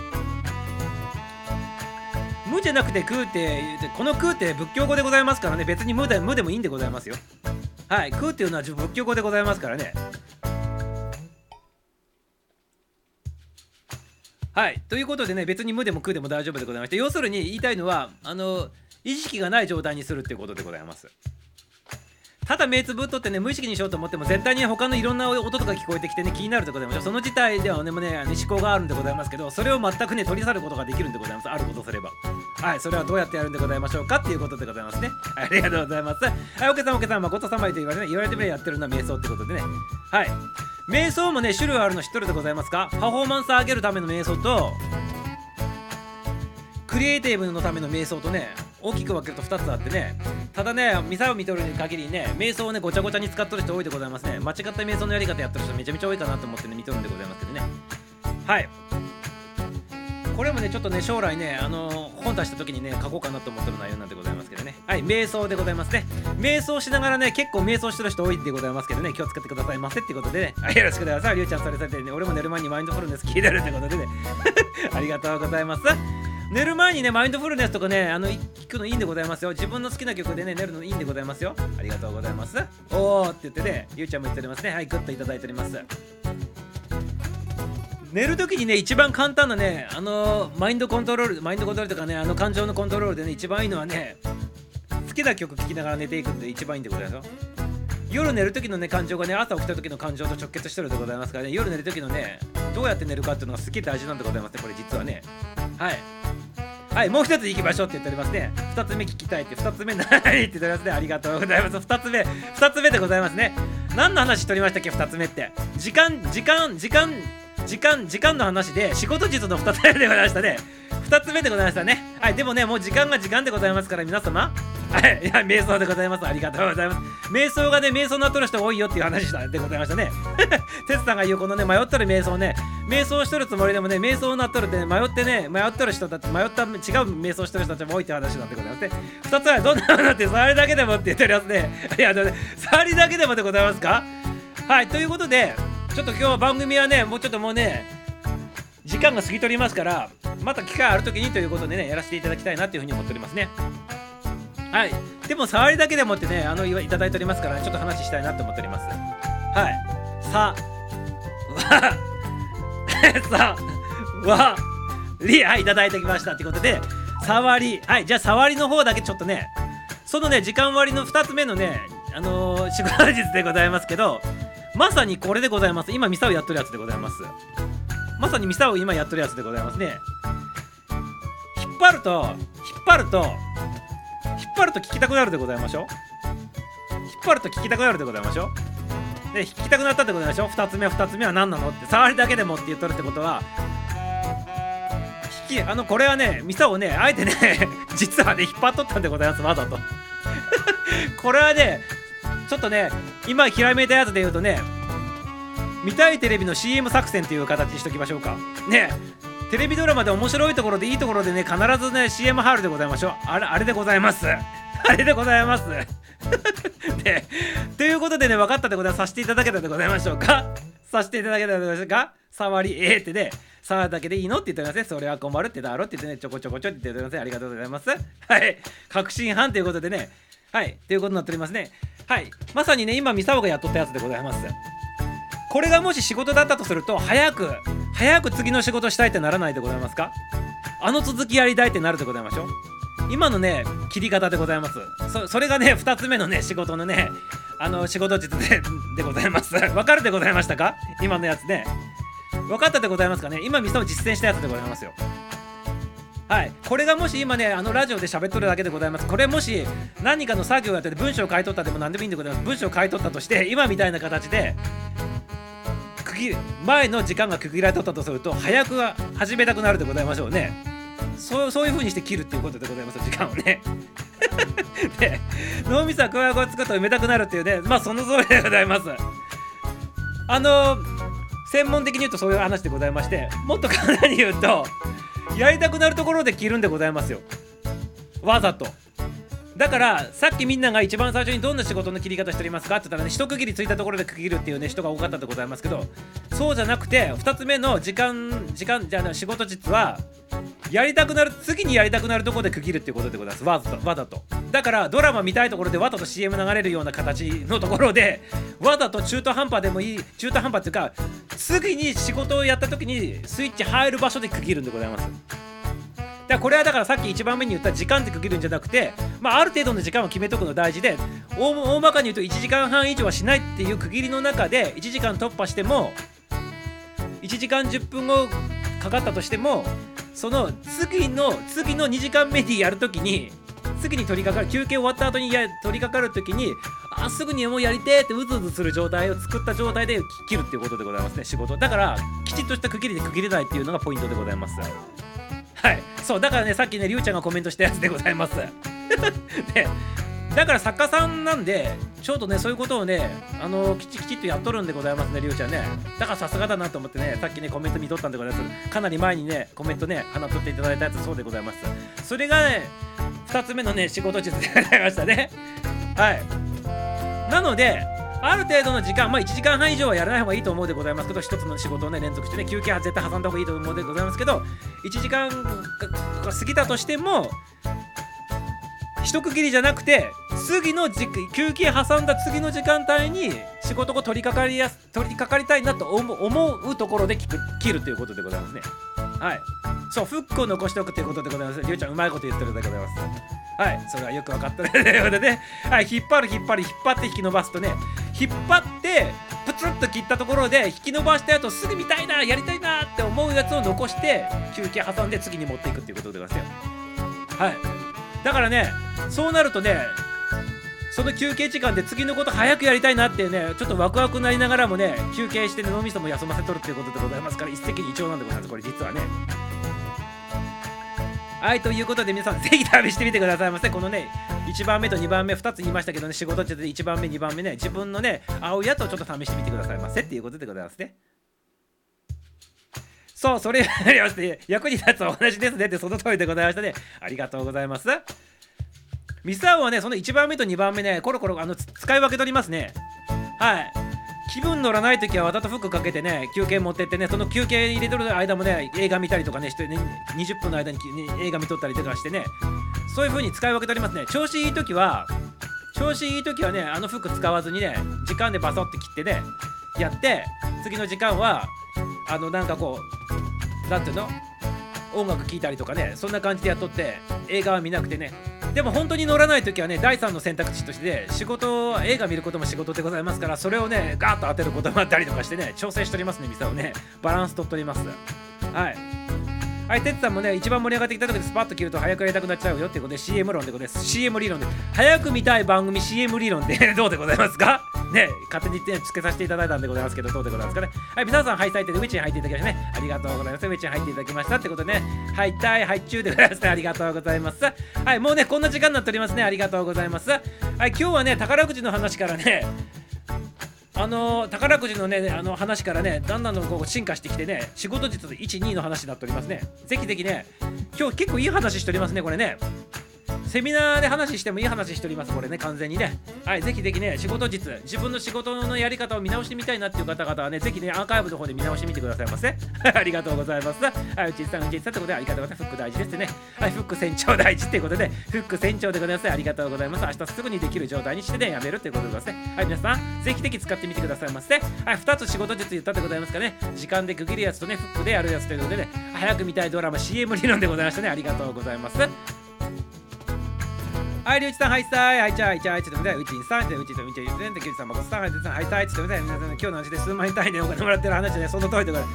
S1: 無じゃなくて空ってこの空って仏教語でございますからね、別に無でもいいんでございますよ。はい、空っていうのは仏教語でございますからね。はい、ということでね、別に無でも空でも大丈夫でございまして、要するに言いたいのは意識がない状態にするっていうことでございます。ただ目つぶっとってね、無意識にしようと思っても絶対に他のいろんな音とか聞こえてきてね、気になるでございます。その自体ではね、もうね思考があるんでございますけど、それを全くね取り去ることができるんでございます。あることすれば。はい、それはどうやってやるんでございましょうかっていうことでございますね。ありがとうございます。はい、オケさん、誠様と言われてみればやってるのは瞑想ってことでね。はい。瞑想もね、種類あるの知ってるでございますか？パフォーマンス上げるための瞑想と、クリエイティブのための瞑想とね、大きく分けると2つあってね、ただね、ミサを見とる限りね、瞑想をね、ごちゃごちゃに使っとる人多いでございますね。間違った瞑想のやり方やってる人めちゃめちゃ多いかなと思ってね、見とるんでございますけどね。はい。これもね、ちょっとね、将来ね、本出した時にね、書こうかなと思ってる内容なんでございますけどね。はい、瞑想でございますね。瞑想しながらね、結構瞑想してる人多いでございますけどね、気をつけてくださいませってことでね。はい、よろしくお願いします。りゅうちゃん、それされてね、俺も寝る前にマインドフルネス聞いてるってことでね。ありがとうございます。寝る前にね、マインドフルネスとかね、聞くのいいんでございますよ。自分の好きな曲でね、寝るのいいんでございますよ。ありがとうございます。おーって言ってね、りゅうちゃんも言っておりますね。はい、グッといただいております。寝るときにね、一番簡単なね、マインドコントロールとかね、感情のコントロールでね、一番いいのはね、好きな曲聴きながら寝ていくって一番いいんでございますよ。夜寝るときのね、感情がね、朝起きたときの感情と直結してるでございますからね、夜寝るときのね、どうやって寝るかっていうのがすげえ大事なんでございますね、これ実はね。はい。はい、もう一つ行きましょうって言っておりますね。2つ目聞きたいって、2つ目何って言っておりますね。ありがとうございます。2つ目でございますね。何の話しておりましたっけ、2つ目って。時間の話で、仕事術の2つ目でございましたね。2つ目でございましたね。はい、でもね、もう時間でございますから皆様。はい、いや、瞑想でございます。ありがとうございます。瞑想がね、瞑想になっとる人多いよっていう話でございましたね。テツさんが言うこのね、迷っとる瞑想ね、瞑想しとるつもりでもね、瞑想になっとるってね、迷っとる人だって、違う瞑想してる人たちも多いって話なんでございますね。2つはどんなものって、触りだけでもって言っておりますね。ありがとうね。触りだけでもでございますか？はい、ということで、ちょっと今日は番組はね、もうね、時間が過ぎとりますから、また機会ある時にということでね、やらせていただきたいなというふうに思っておりますね。はい、でも触りだけでもってね、いただいておりますから、ね、ちょっと話したいなと思っております。はい、はい、いただいてきましたってことで、触り、はい、じゃあ触りの方だけちょっとね、そのね、時間割の2つ目のね、仕事術でございますけど、まさにこれでございます。今ミサをやっとるやつでございます。まさにミサを今やっとるやつでございますね。引っ張ると聞きたくなるでございましょ。で、聞きたくなったってことでしょ。2つ目は何なのって、触りだけでもって言っとるってことは、これはね、ミサをね、あえてね実はね、引っ張っとったんでございます、わざと。これはね、ちょっとね、今ひらめいたやつで言うとね、見たいテレビの CM 作戦っていう形にしときましょうかね。 テレビドラマで面白いところでいいところでね、必ずね CM 入るでございましょう。あれでございますあれでございますで、ということでね、分かったでございます。させていただけたでございましょうか。させていただけたでございましょうか。触りってね、触るだけでいいのって言ってますね。それは困るってだろって言ってね、ちょこちょこちょって言ってますね。ありがとうございます。はい、確信犯ということでね、はいということになっておりますね。はい、まさにね今ミサオがやっとったやつでございます。これがもし仕事だったとすると、早く次の仕事したいってならないでございますか。あの続きやりたいってなるでございましょう。今のね切り方でございます。それがね2つ目のね仕事のね仕事術でございます。分かるでございましたか。今のやつね分かったでございますかね。今ミサを実践したやつでございますよ。はい、これがもし今ねラジオで喋っとるだけでございます。これもし何かの作業やってて文章を書いとったでも何でもいいんでございます。文章を書いとったとして今みたいな形で前の時間が区切られとったとすると、早く始めたくなるでございましょうね。そういう風にして切るっていうことでございます。時間をねで脳みそは空白を作ると埋めたくなるっていうね、まあその通りでございます。専門的に言うとそういう話でございまして、もっと簡単に言うとやりたくなるところで切るんでございますよ、わざと。だからさっきみんなが一番最初にどんな仕事の切り方しておりますかって言ったらね、一区切りついたところで区切るっていうね人が多かったでございますけど、そうじゃなくて2つ目の時間じゃない仕事実は次にやりたくなるところで区切るっていうことでございます。わざと。だからドラマ見たいところでわざと CM 流れるような形のところでわざと中途半端でもいい、中途半端っていうか次に仕事をやった時にスイッチ入る場所で区切るんでございます。これはだからさっき1番目に言った時間って区切るんじゃなくて、ある程度の時間を決めとくの大事で、大まかに言うと1時間半以上はしないっていう区切りの中で1時間突破しても1時間10分後かかったとしても、その次の2時間目にやるときに次に取り掛かる、休憩終わった後に取り掛かるときにすぐにもうやりてーってうずうずする状態を作った状態で切るっていうことでございますね、仕事。だからきちっとした区切りで区切れないっていうのがポイントでございます。はい、そうだからね、さっきねりゅうちゃんがコメントしたやつでございますでだから作家さんなんでちょっとねそういうことをねきちっとやっとるんでございますね、りゅうちゃんね。だからさすがだなと思ってね、さっきねコメント見とったんでございます。かなり前にねコメントね放っとっていただいたやつ、そうでございます。それがね2つ目のね仕事術でございましたね。はい、なのである程度の時間、1時間半以上はやらない方がいいと思うでございますけど、一つの仕事をね連続してね、休憩は絶対挟んだ方がいいと思うでございますけど、1時間が過ぎたとしても一区切りじゃなくて次の休憩挟んだ次の時間帯に仕事を取り掛かりたいなと思うところで切るということでございますね。はい、そうフックを残しておくということでございます。りゅうちゃんうまいこと言ってるでございます。はい、それはよく分かったねということでね、はい、引っ張って引き伸ばすとね、引っ張ってプツッと切ったところで引き伸ばしたやつをすぐ見たいなやりたいなって思うやつを残して休憩挟んで次に持っていくっていうことでございますよ。はい、だからねそうなるとね、その休憩時間で次のこと早くやりたいなってね、ちょっとワクワクなりながらもね休憩して脳みそも休ませとるっていうことでございますから、一石二鳥なんでございます、これ実はね。はい、ということで皆さんぜひ試してみてくださいませ。このね1番目と2番目2つ言いましたけどね、仕事中で1番目2番目ね、自分のね合うやつをちょっと試してみてくださいませっていうことでございますね。そう、それありまして役に立つお話ですねって、その通りでございましたね。ありがとうございます。ミサオはねその1番目と2番目ねコロコロ使い分け取りますね。はい、気分乗らないときはわざとフックかけてね休憩持ってってね、その休憩入れとる間もね映画見たりとかねしてね、20分の間に、映画見とったりとかしてね、そういう風に使い分け取りますね。調子いいときはねフック使わずにね時間でバソって切ってねやって、次の時間はなんかこうなんていうの音楽聴いたりとかね、そんな感じでやっとって映画は見なくてね。でも本当に乗らないときはね第3の選択肢として映画見ることも仕事でございますから、それをねガーッと当てることもあったりとかしてね調整しておりますね。ミサをねバランスとっております。はいはい、てつさんもね一番盛り上がってきた時でスパッと切ると早くやりたくなっちゃうよってことで CM 論でございます。 CM 理論で早く見たい番組 CM 理論でどうでございますかね、勝手にねつけさせていただいたんでございますけど、どうでございますかね。はい、皆さんはい最低でウェチン入っていただきましたね、ありがとうございます。ウェチン入っていただきましたってことでね、はいたいはい中でございますね、ありがとうございます。はい、もうねこんな時間になっておりますね、ありがとうございます。はい、今日はね宝くじの話からね宝くじのね話からねだんだんこう進化してきてね、仕事術1、2の話になっておりますね。ぜひぜひね、今日結構いい話しておりますね、これね。セミナーで話してもいい話しております、これね、完全にね。はい、ぜひぜひね、仕事術、自分の仕事のやり方を見直してみたいなっていう方々はね、ぜひね、アーカイブの方で見直してみてくださいませ。ありがとうございます。はい、うちさんってことで、ありがとうございます。フック大事ですね。はい、フック船長大事っていうことで、フック船長でございます。ありがとうございます。明日すぐにできる状態にしてね、やめるっていうことでございますね。はい、皆さん、ぜひぜひ使ってみてくださいませ。はい、2つ仕事術言ったでございますかね。時間で区切るやつとね、フックでやるやつということでね、早く見たいドラマ CM 理論でございましたね。ありがとうございます。はい、りゅうちさん、はいさい、はいちゃいちゃい、ちょっと待って、うちんさん、うちんさん、うちんさん、きゅうさん、まこさん、はいさん、はいさい、ちょっと待って、皆さん、今日の話で数万円単位でお金もらってる話でね、その通りでございます。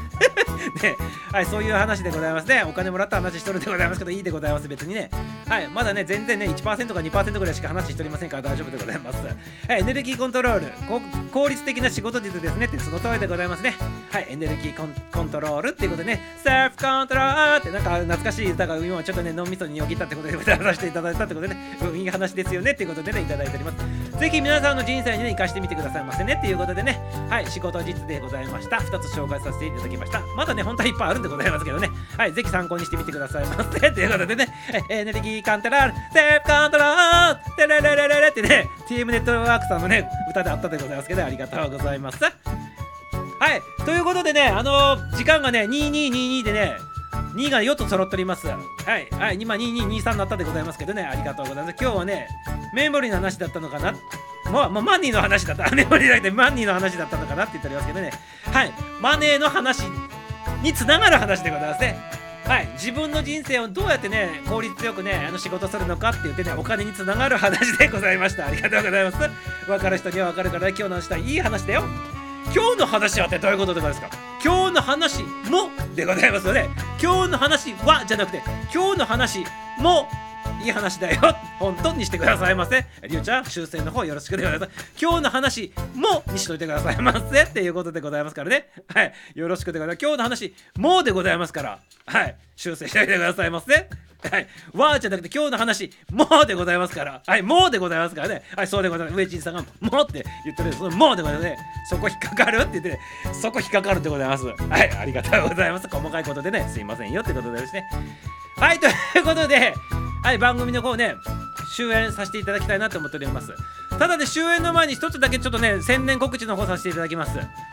S1: ね、はい、そういう話でございますね。お金もらった話しとるでございますけど、いいでございます、別にね。はい、まだね、全然ね、1% か 2% ぐらいしか話しておりませんから大丈夫でございます。はい、エネルギーコントロール、効率的な仕事術ですねって、その通りでございますね。はい、エネルギーコントロールっていうことでね、セルフコントロールってなんか懐かしい歌が今ちょっとね、脳みそによぎったってことで歌わさせていただいたってことでね、いい話ですよねっていうことでね、いただいております。ぜひ皆さんの人生にね、生かしてみてくださいませねっていうことでね、はい、仕事術でございました。2つ紹介させていただきました。まだね、本当はいっぱいあるんでございますけどね、はい、ぜひ参考にしてみてくださいませということでね、エネルギーコントロール、セルフコントロール、テレレレレレってね、TM ネットワークさんのね、歌であったでございますけど、ありがとうございます。はい、ということでね、時間がね、2222でね、2が4つ揃っております。はい、はい、今2223になったでございますけどね、ありがとうございます。今日はね、メモリーの話だったのかな、マネーの話だった、メモリーじゃなくてマネーの話だったのかなって言っておりますけどね、はい、マネーの話につながる話でございますね。はい、自分の人生をどうやってね、効率よくね、仕事するのかって言ってね、お金につながる話でございました。ありがとうございます。分かる人には分かるからね、今日の話はいい話だよ。今日の話はってどういうことでございますか。今日の話もでございますので、今日の話はじゃなくて、今日の話もいい話だよ、本当にしてくださいませ。りゅうちゃん、修正の方よろしくでございます。今日の話もにしといてくださいませっていうことでございますからね。はい、よろしくでございます。今日の話もでございますから、はい、修正しておいてくださいませ。はい、わーじゃなくて今日の話もうでございますから、はい、もうでございますからね。はい、そうでございます。上地さんがもうって言ってる、そのもうでございますね。そこ引っかかるって言って、ね、そこ引っかかるでございます。はい、ありがとうございます。細かいことでね、すいませんよってことでですね。はい、ということで、はい、番組の方ね、終演させていただきたいなと思っております。ただね、終演の前に一つだけちょっとね、宣伝告知の方させていただきます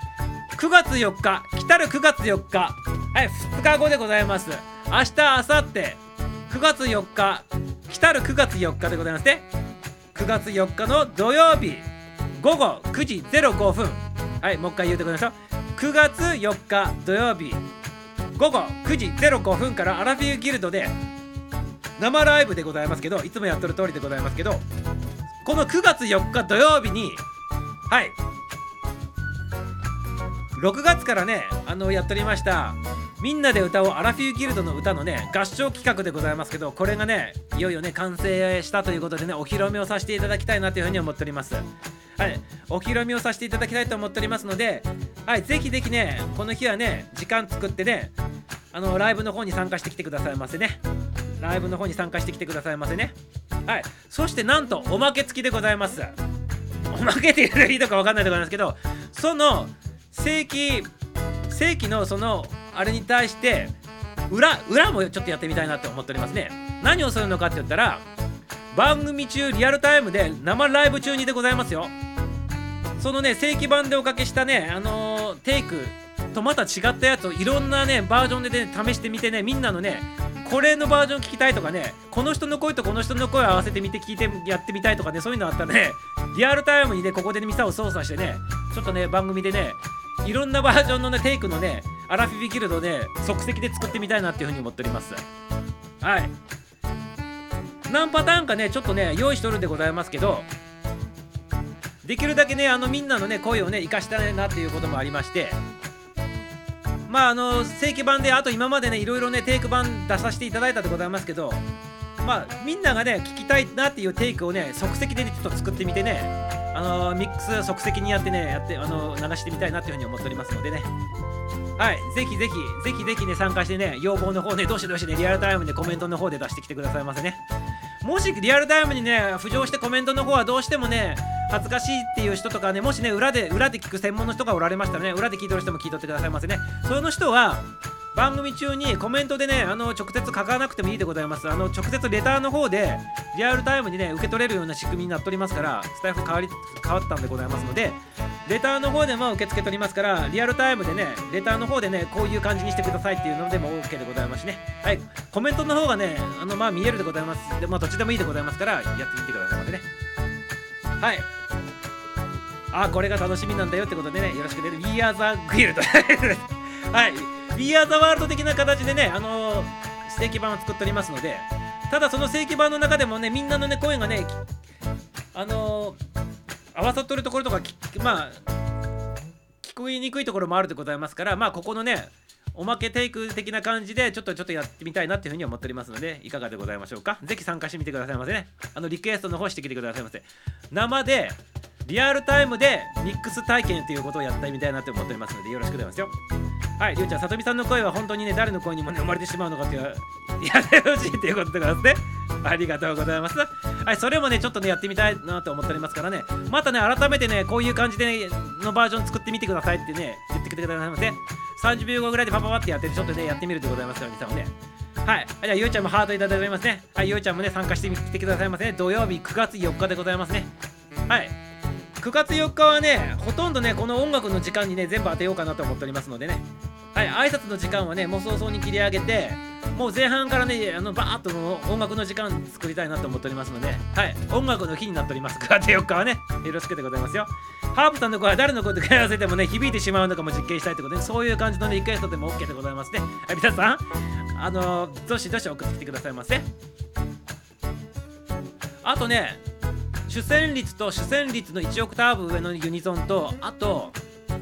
S1: 。9月4日、来たる9月4日、はい、2日後でございます。明日、明後日、9月4日、来たる9月4日でございますね。9月4日の土曜日、午後9時05分。はい、もう一回言うてください。9月4日土曜日、午後9時05分からアラフィフギルドで生ライブでございますけど、いつもやってる通りでございますけど、この9月4日土曜日に、はい、6月からね、やっておりましたみんなで歌おうアラフィフギルドの歌のね、合唱企画でございますけど、これがね、いよいよね、完成したということでね、お披露目をさせていただきたいなというふうに思っております。はい、お披露目をさせていただきたいと思っておりますので、はい、ぜひぜひね、この日はね、時間作ってね、ライブの方に参加してきてくださいませね。ライブの方に参加してきてくださいませね。はい、そしてなんとおまけ付きでございます。おまけって言うといいのか分かんないでございますけど、その正規のそのあれに対して裏もちょっとやってみたいなって思っておりますね。何をするのかって言ったら、番組中リアルタイムで生ライブ中にでございますよ。そのね、正規版でおかけしたね、テイクとまた違ったやつをいろんなねバージョンでね試してみてね、みんなのね、これのバージョン聞きたいとかね、この人の声とこの人の声を合わせてみて聞いてやってみたいとかね、そういうのあったらね、リアルタイムにね、ここでミサを操作してね、ちょっとね、番組でね、いろんなバージョンのね、テイクのね、アラフィフギルドで即席で作ってみたいなっていうふうに思っております。はい、何パターンかね、ちょっとね、用意しとるんでございますけど、できるだけね、みんなのね、声をね、生かしたいなっていうこともありまして、まあ正規版で、あと今までね、いろいろね、テイク版出させていただいたでございますけど、まあみんながね、聞きたいなっていうテイクをね、即席で、ね、ちょっと作ってみてね、ミックス即席にやってね、流してみたいなっていうふうに思っておりますのでね。はい、ぜひぜひね、参加してね、要望の方ね、どしどしね、リアルタイムでコメントの方で出してきてくださいませね。もしリアルタイムにね、浮上してコメントの方はどうしてもね、 恥ずかしいっていう人とかね、もしね裏で聞く専門の人がおられましたらね、裏で聞いてる人も聞いとってくださいませね。その人は番組中にコメントでね直接書かなくてもいいでございます。直接レターの方でリアルタイムにね受け取れるような仕組みになっておりますから、スタイフ変わったんでございますので、レターの方でも受け付け取りますから、リアルタイムでねレターの方でねこういう感じにしてくださいっていうのでも OK でございますしね。はい、コメントの方がね見えるでございます。でどっちでもいいでございますからやってみてくださいませね。はい、これが楽しみなんだよってことでね、よろしくね。 We are the Guild はい、We are the World 的な形でね正規版を作っておりますので、ただその正規版の中でもねみんなのね声がね合わさっとるところとか聞こえにくいところもあるでございますから、ここのねおまけテイク的な感じでちょっとやってみたいなっていうふうに思っておりますので、いかがでございましょうか。ぜひ参加してみてくださいませね。リクエストの方してきてくださいませ。生でリアルタイムでミックス体験ということをやってみたいなって思っておりますので、よろしくお願いしますよ。はい、りゅうちゃん、さとみさんの声は本当にね誰の声にもね生まれてしまうのかっていうやってほしいということでございますね。ありがとうございます。はい、それもねちょっとねやってみたいなと思っておりますからね、またね改めてねこういう感じで、のバージョン作ってみてくださいってね言ってきてくださいませ。30秒後ぐらいでパパパってやってちょっとねやってみるでございますから皆さんもね。はい、じゃあゆうちゃんもハートいただいておりますね。はい、ゆうちゃんもね参加してみてくださいませね。土曜日9月4日でございますね。はい、9月4日はねほとんどねこの音楽の時間にね全部当てようかなと思っておりますのでね。はい、挨拶の時間はねもう早々に切り上げて、もう前半からねバーっと音楽の時間作りたいなと思っておりますので、はい、音楽の日になっております。9月4日はねよろしくでございますよ。ハープさんの声は誰の声と組み合わせてもね響いてしまうのかも実験したいということで、そういう感じのリクエストでも OK でございますね。はい、皆さんどしどし送ってきてくださいませ。あとね主旋律と主旋律の1オクターブ上のユニゾンと、あと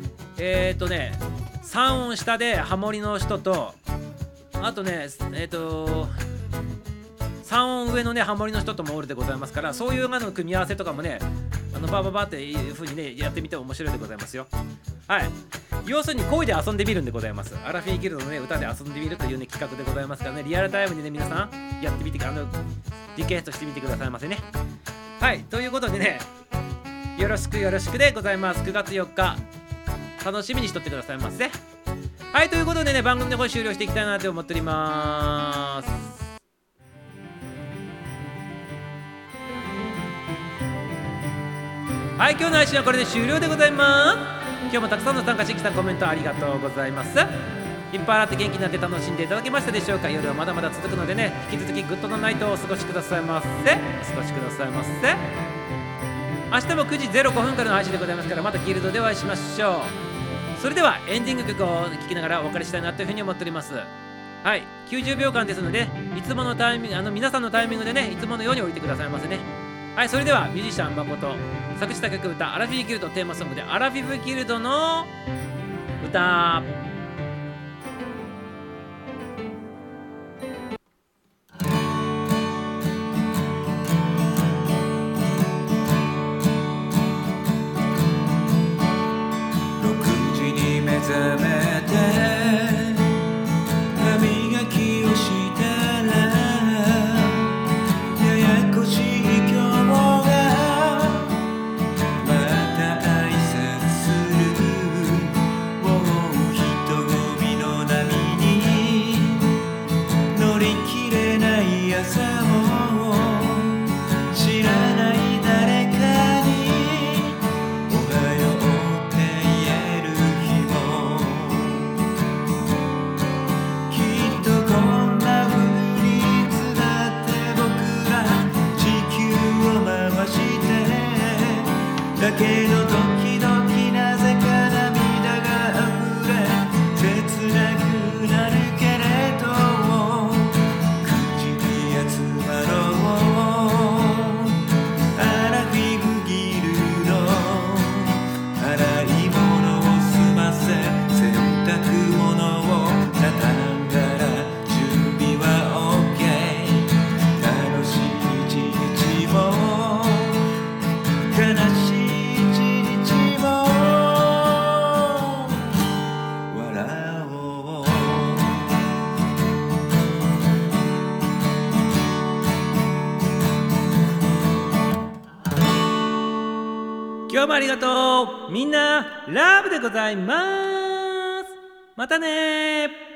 S1: 3音下でハモリの人と、あとね3音上のねハモリの人ともおるでございますから、そういう組み合わせとかもねバーっていう風にねやってみて面白いでございますよ。はい、要するに声で遊んでみるんでございます。アラフィーギルドのね歌で遊んでみるというね企画でございますからね、リアルタイムでね皆さんやってみてリクエストしてみてくださいませね。はい、ということでねよろしくでございます。9月4日楽しみにしとってくださいませ。はい、ということでね番組の方終了していきたいなと思っております。はい、今日の配信はこれで終了でございます。今日もたくさんの参加してきたコメントありがとうございます。いっぱい洗って元気になって楽しんでいただけましたでしょうか。夜はまだまだ続くのでね、引き続きグッドのナイトをお過ごしくださいませ。明日も9時05分からの配信でございますから、またギルドでお会いしましょう。それではエンディング曲を聴きながらお別れしたいなというふうに思っております。はい、90秒間ですので、いつものタイミング皆さんのタイミングでねいつものように降りてくださいませね。はい、それではミュージシャン誠作詞作曲歌アラフィーギルドテーマソングでアラフィフギルドの歌。
S2: 6時に目覚めて歯磨きをしたらややこしい今日がまた挨拶する。もう一
S1: 今日もありがとう。みんなラブでございます。またね。